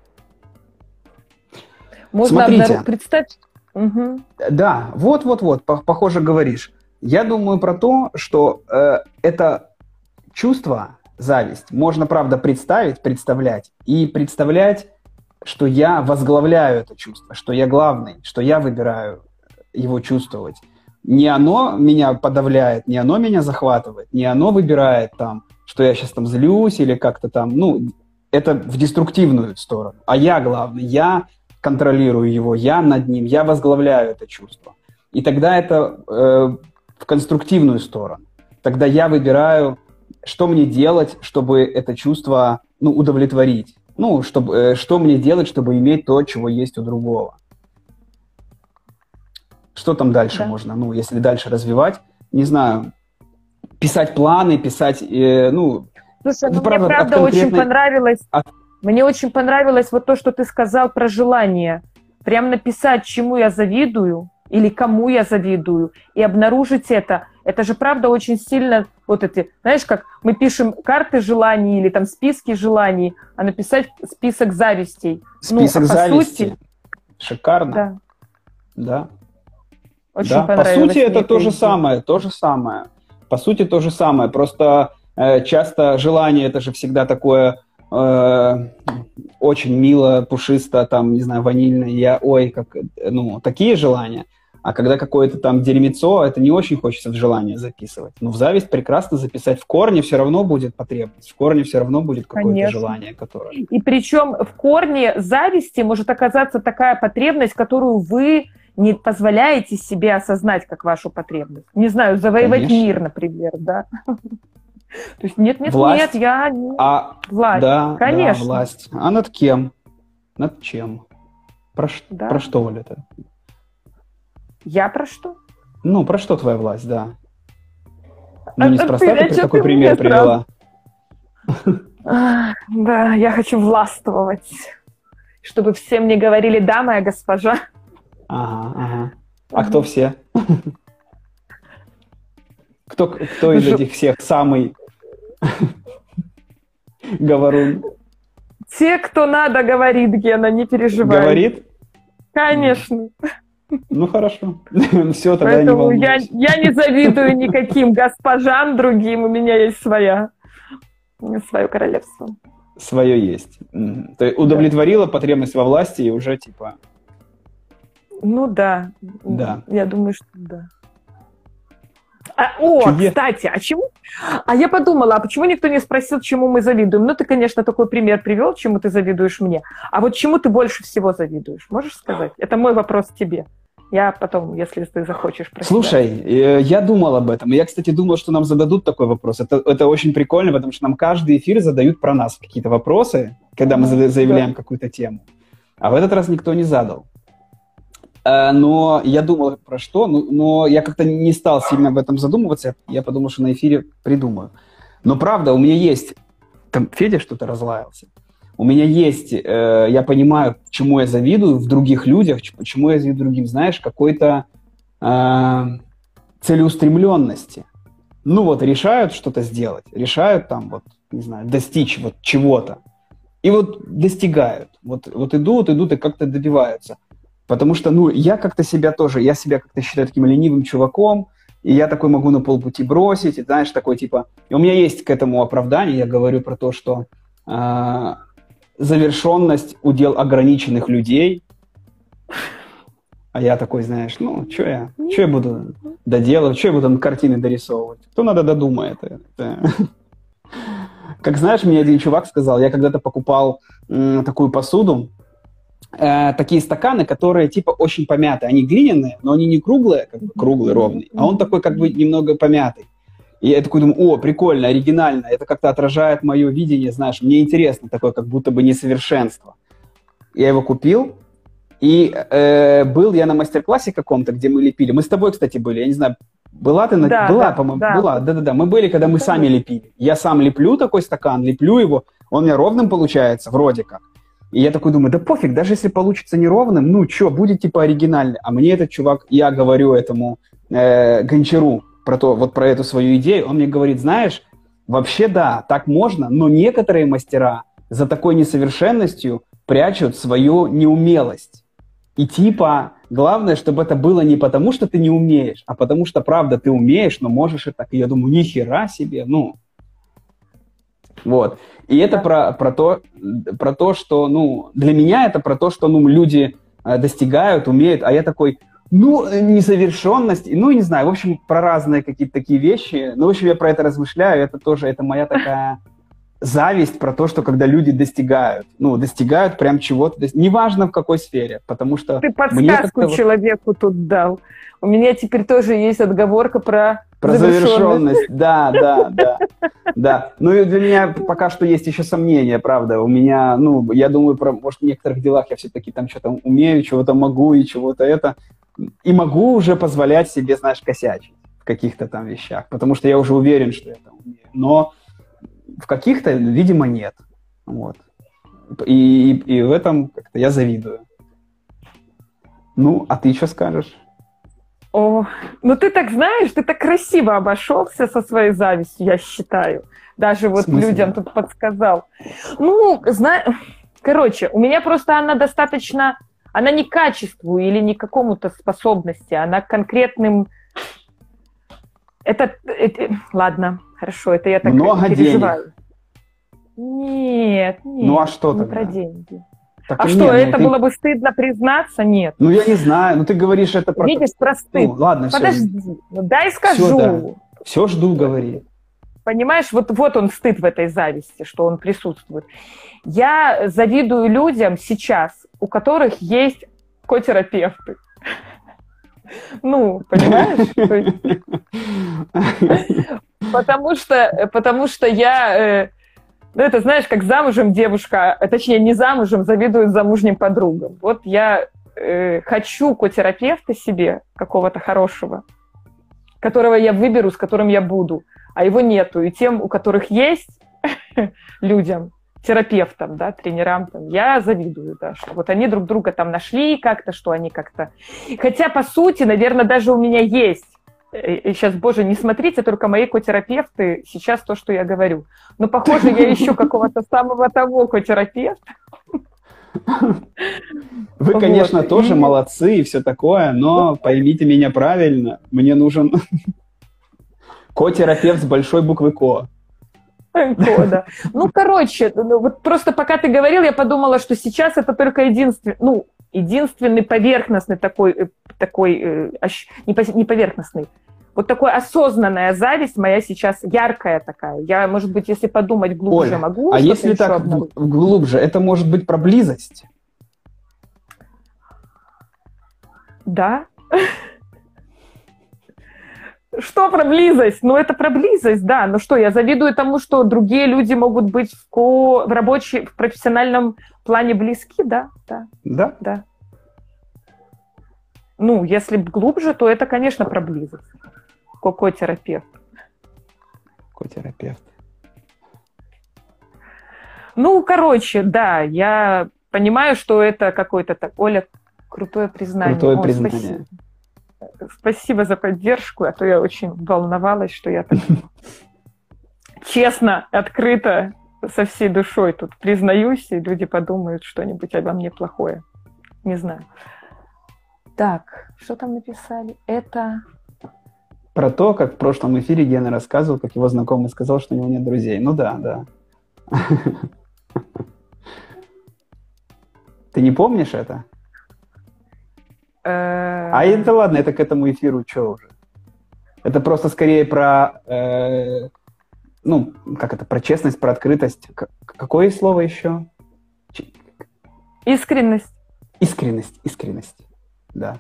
Можно представить... Угу. Да, вот, похоже, говоришь. Я думаю про то, что это чувство... Зависть. Можно, правда, представлять, что я возглавляю это чувство, что я главный, что я выбираю его чувствовать. Не оно меня подавляет, не оно меня захватывает, не оно выбирает там, что я сейчас там злюсь или как-то там, это в деструктивную сторону. А я главный, я контролирую его, я над ним, я возглавляю это чувство. И тогда это в конструктивную сторону. Тогда я выбираю, что мне делать, чтобы это чувство, удовлетворить? Что мне делать, чтобы иметь то, чего есть у другого? Что там дальше можно? Если дальше развивать, не знаю, писать планы, писать, Слушай, мне правда очень понравилось. Мне очень понравилось вот то, что ты сказал про желание. Прям написать, чему я завидую или кому я завидую, и обнаружить это. Это же, правда, очень сильно, вот эти, знаешь, как мы пишем карты желаний или там списки желаний, а написать список завистей. Список зависти. Шикарно. Да. Очень понравилось. По сути, это то же самое. По сути, то же самое. Просто часто желание, это же всегда такое очень мило, пушисто, там, не знаю, ванильное. Такие желания. А когда какое-то там дерьмецо, это не очень хочется в желание записывать. Но в зависть прекрасно записать. В корне все равно будет потребность, в корне все равно будет какое-то желание, которое... И причем в корне зависти может оказаться такая потребность, которую вы не позволяете себе осознать как вашу потребность. Не знаю, завоевать мир, например, да? То есть нет, власть. Я не... Власть, да, конечно. Да, власть. А над кем? Над чем? Про что, Оля, это? Я про что? Про что твоя власть, да. Неспроста ты такой пример привела. Да, я хочу властвовать. Чтобы все мне говорили: да, моя госпожа. Ага. А кто все? Кто из этих всех самый говорун? Те, кто надо, говорит, Гена, не переживай. Говорит? Конечно. Хорошо. Все, тогда поэтому я не завидую никаким госпожам другим, у меня есть свое королевство. Свое есть. То есть удовлетворила потребность во власти и уже типа... Да. Я думаю, что да. Кстати, а чему? А я подумала, а почему никто не спросил, чему мы завидуем? Ты, конечно, такой пример привел, чему ты завидуешь мне. А вот чему ты больше всего завидуешь? Можешь сказать? Это мой вопрос тебе. Я потом, если ты захочешь, про Слушай, я думал об этом. Я, кстати, думал, что нам зададут такой вопрос. Это очень прикольно, потому что нам каждый эфир задают про нас какие-то вопросы, когда мы заявляем какую-то тему. А в этот раз никто не задал. Но я думал про что, но я как-то не стал сильно об этом задумываться. Я подумал, что на эфире придумаю. Но правда, у меня есть... Там Федя что-то разлаялся. у меня есть, я понимаю, чему я завидую в других людях, почему я завидую другим, знаешь, какой-то целеустремленности. Ну вот решают что-то сделать, решают там вот, не знаю, достичь вот чего-то. И вот достигают. Вот идут и как-то добиваются. Потому что, ну, я как-то себя тоже, я себя как-то считаю таким ленивым чуваком, и я такой могу на полпути бросить, и знаешь, такой типа... И у меня есть к этому оправдание, я говорю про то, что завершенность удел ограниченных людей, а я такой, знаешь, ну, что я буду доделывать, что я буду картины дорисовывать? Кто надо додумает? Как знаешь, мне один чувак сказал, я когда-то покупал такую посуду, такие стаканы, которые типа очень помятые. Они глиняные, но они не круглые, как бы круглый, ровный, а он такой как бы немного помятый. И я такой думаю, о, прикольно, оригинально, это как-то отражает мое видение, знаешь, мне интересно, такое как будто бы несовершенство. Я его купил, и был я на мастер-классе каком-то, где мы лепили. Мы с тобой, кстати, были, я не знаю, была ты? Да, была, да, по-моему, да. была. Да-да-да, мы были, когда мы сами лепили. Я сам леплю такой стакан, леплю его, он у меня ровным получается, вроде как. И я такой думаю, да пофиг, даже если получится неровным, ну что, будет типа оригинально. А мне этот чувак, я говорю этому Гончару про эту свою идею, он мне говорит, знаешь, вообще да, так можно, но некоторые мастера за такой несовершенностью прячут свою неумелость. И типа, главное, чтобы это было не потому, что ты не умеешь, а потому что, правда, ты умеешь, но можешь и так. И я думаю, ни хера себе, ну. Вот. И это про то, что, ну, для меня это про то, что, ну, люди достигают, умеют, а я такой, ну, несовершенность, ну, не знаю, в общем, про разные какие-то такие вещи. Ну, в общем, я про это размышляю, это тоже, это моя такая зависть про то, что когда люди достигают прям чего-то, неважно в какой сфере, потому что... Ты подсказку человеку тут дал. У меня теперь тоже есть отговорка про завершенность. Да. Ну и для меня пока что есть еще сомнения, правда. У меня, ну, я думаю, может, в некоторых делах я все-таки там что-то умею, чего-то могу и чего-то это. И могу уже позволять себе, знаешь, косячить в каких-то там вещах, потому что я уже уверен, что я это умею. Но в каких-то, видимо, нет. Вот. И в этом как-то я завидую. Ну, а ты что скажешь? О, ну ты так знаешь, ты так красиво обошелся со своей завистью, я считаю. Даже вот людям тут подсказал. Ну, короче, у меня просто она достаточно... Она не к качеству или не к какому-то способности, она к конкретным... Ладно, хорошо, это я так переживаю. Нет. Ну, а что не тогда? про деньги. Так что, это было бы стыдно признаться? Нет. Ну, я не знаю, ну ты говоришь это про... Видишь, про стыд. Ну, ладно, подожди, дай скажу. Все, да. Все жду, говори. Понимаешь, вот он стыд в этой зависти, что он присутствует. Я завидую людям сейчас, у которых есть котерапевты. Ну, понимаешь? Потому что я... Ну, это, знаешь, как замужем девушка, точнее, не замужем, завидует замужним подругам. Вот я хочу котерапевта себе, какого-то хорошего, которого я выберу, с которым я буду, а его нету. И тем, у которых есть, людям, терапевтам, да, тренерам, там, я завидую, да, что вот они друг друга там нашли как-то, что они как-то... Хотя, по сути, наверное, даже у меня есть. И сейчас, боже, не смотрите, только мои котерапевты сейчас то, что я говорю. Но, похоже, я ищу какого-то самого того котерапевта. Вы, конечно, тоже молодцы и все такое, но поймите меня правильно, мне нужен котерапевт с большой буквы «Ко». Да. Ну, короче, вот просто пока ты говорил, я подумала, что сейчас это только единственный поверхностный такой не поверхностный, вот такой осознанная зависть моя сейчас яркая такая. Я, может быть, если подумать глубже, Оля, могу. А если так глубже, это может быть про близость? Да. Что про близость? Ну, это про близость, да. Ну что, я завидую тому, что другие люди могут быть в профессиональном плане близки, да. Да? Ну, если глубже, то это, конечно, про близость. Котерапевт. Котерапевт. Ну, короче, да, я понимаю, что это какое-то так... Оля, крутое признание. Крутое признание. Спасибо за поддержку, а то я очень волновалась, что я так честно, открыто, со всей душой тут признаюсь, и люди подумают что-нибудь обо мне плохое. Не знаю. Так, что там написали? Это... Про то, как в прошлом эфире Гена рассказывал, как его знакомый сказал, что у него нет друзей. Ну да, да. Ты не помнишь это? А это ладно, это к этому эфиру что уже? Это просто скорее про, ну, как это, про честность, про открытость. Какое слово еще? Искренность. Искренность, да.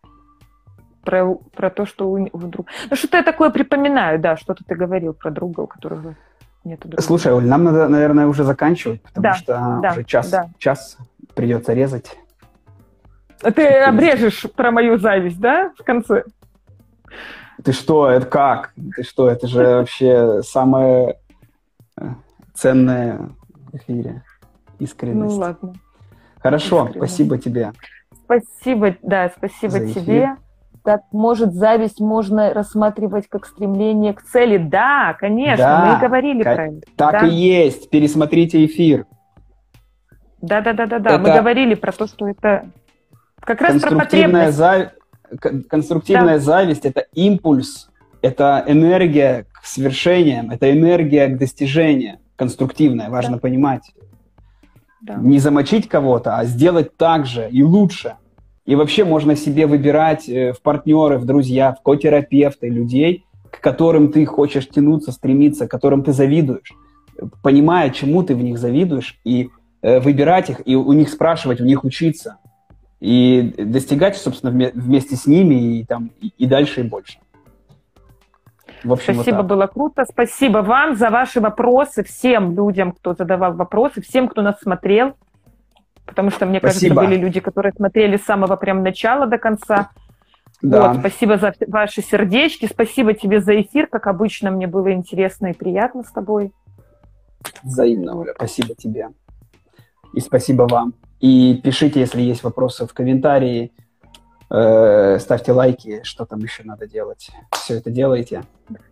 Про то, что у друга... Ну, что-то я такое припоминаю, да, что-то ты говорил про друга, у которого нету друга. Слушай, Оль, нам надо, наверное, уже заканчивать, потому что да, уже час придется резать. Ты обрежешь про мою зависть, да, в конце? Ты что, это как? Ты что, это же вообще самое ценное в эфире. Искренность. Ну, ладно. Хорошо, спасибо тебе. Спасибо, да, спасибо тебе. Так, может, зависть можно рассматривать как стремление к цели? Да, конечно, да, мы и говорили про это. Так и есть, пересмотрите эфир. Да, мы говорили про то, что это как раз про потребность. Конструктивная зависть – это импульс, это энергия к свершениям, это энергия к достижениям. Конструктивная, важно понимать. Да. Не замочить кого-то, а сделать так же и лучше. И вообще можно себе выбирать в партнеры, в друзья, в котерапевты людей, к которым ты хочешь тянуться, стремиться, которым ты завидуешь, понимая, чему ты в них завидуешь, и выбирать их, и у них спрашивать, у них учиться. И достигать, собственно, вместе с ними и дальше, и больше. В общем, спасибо, вот было круто. Спасибо вам за ваши вопросы, всем людям, кто задавал вопросы, всем, кто нас смотрел. Потому что, мне кажется, были люди, которые смотрели с самого прям начала до конца. Да. Вот, спасибо за ваши сердечки, спасибо тебе за эфир. Как обычно, мне было интересно и приятно с тобой. Взаимно, Оля. Спасибо тебе. И спасибо вам. И пишите, если есть вопросы в комментарии, ставьте лайки, что там еще надо делать. Все это делайте.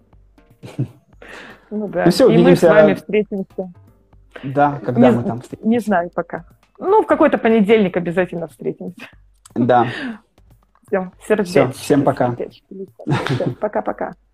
Ну да, и увидимся. Мы с вами встретимся. Да, когда мы там встретимся. Не знаю пока. Ну, в какой-то понедельник обязательно встретимся. Да. Всем сердечко. Всем пока. Пока-пока.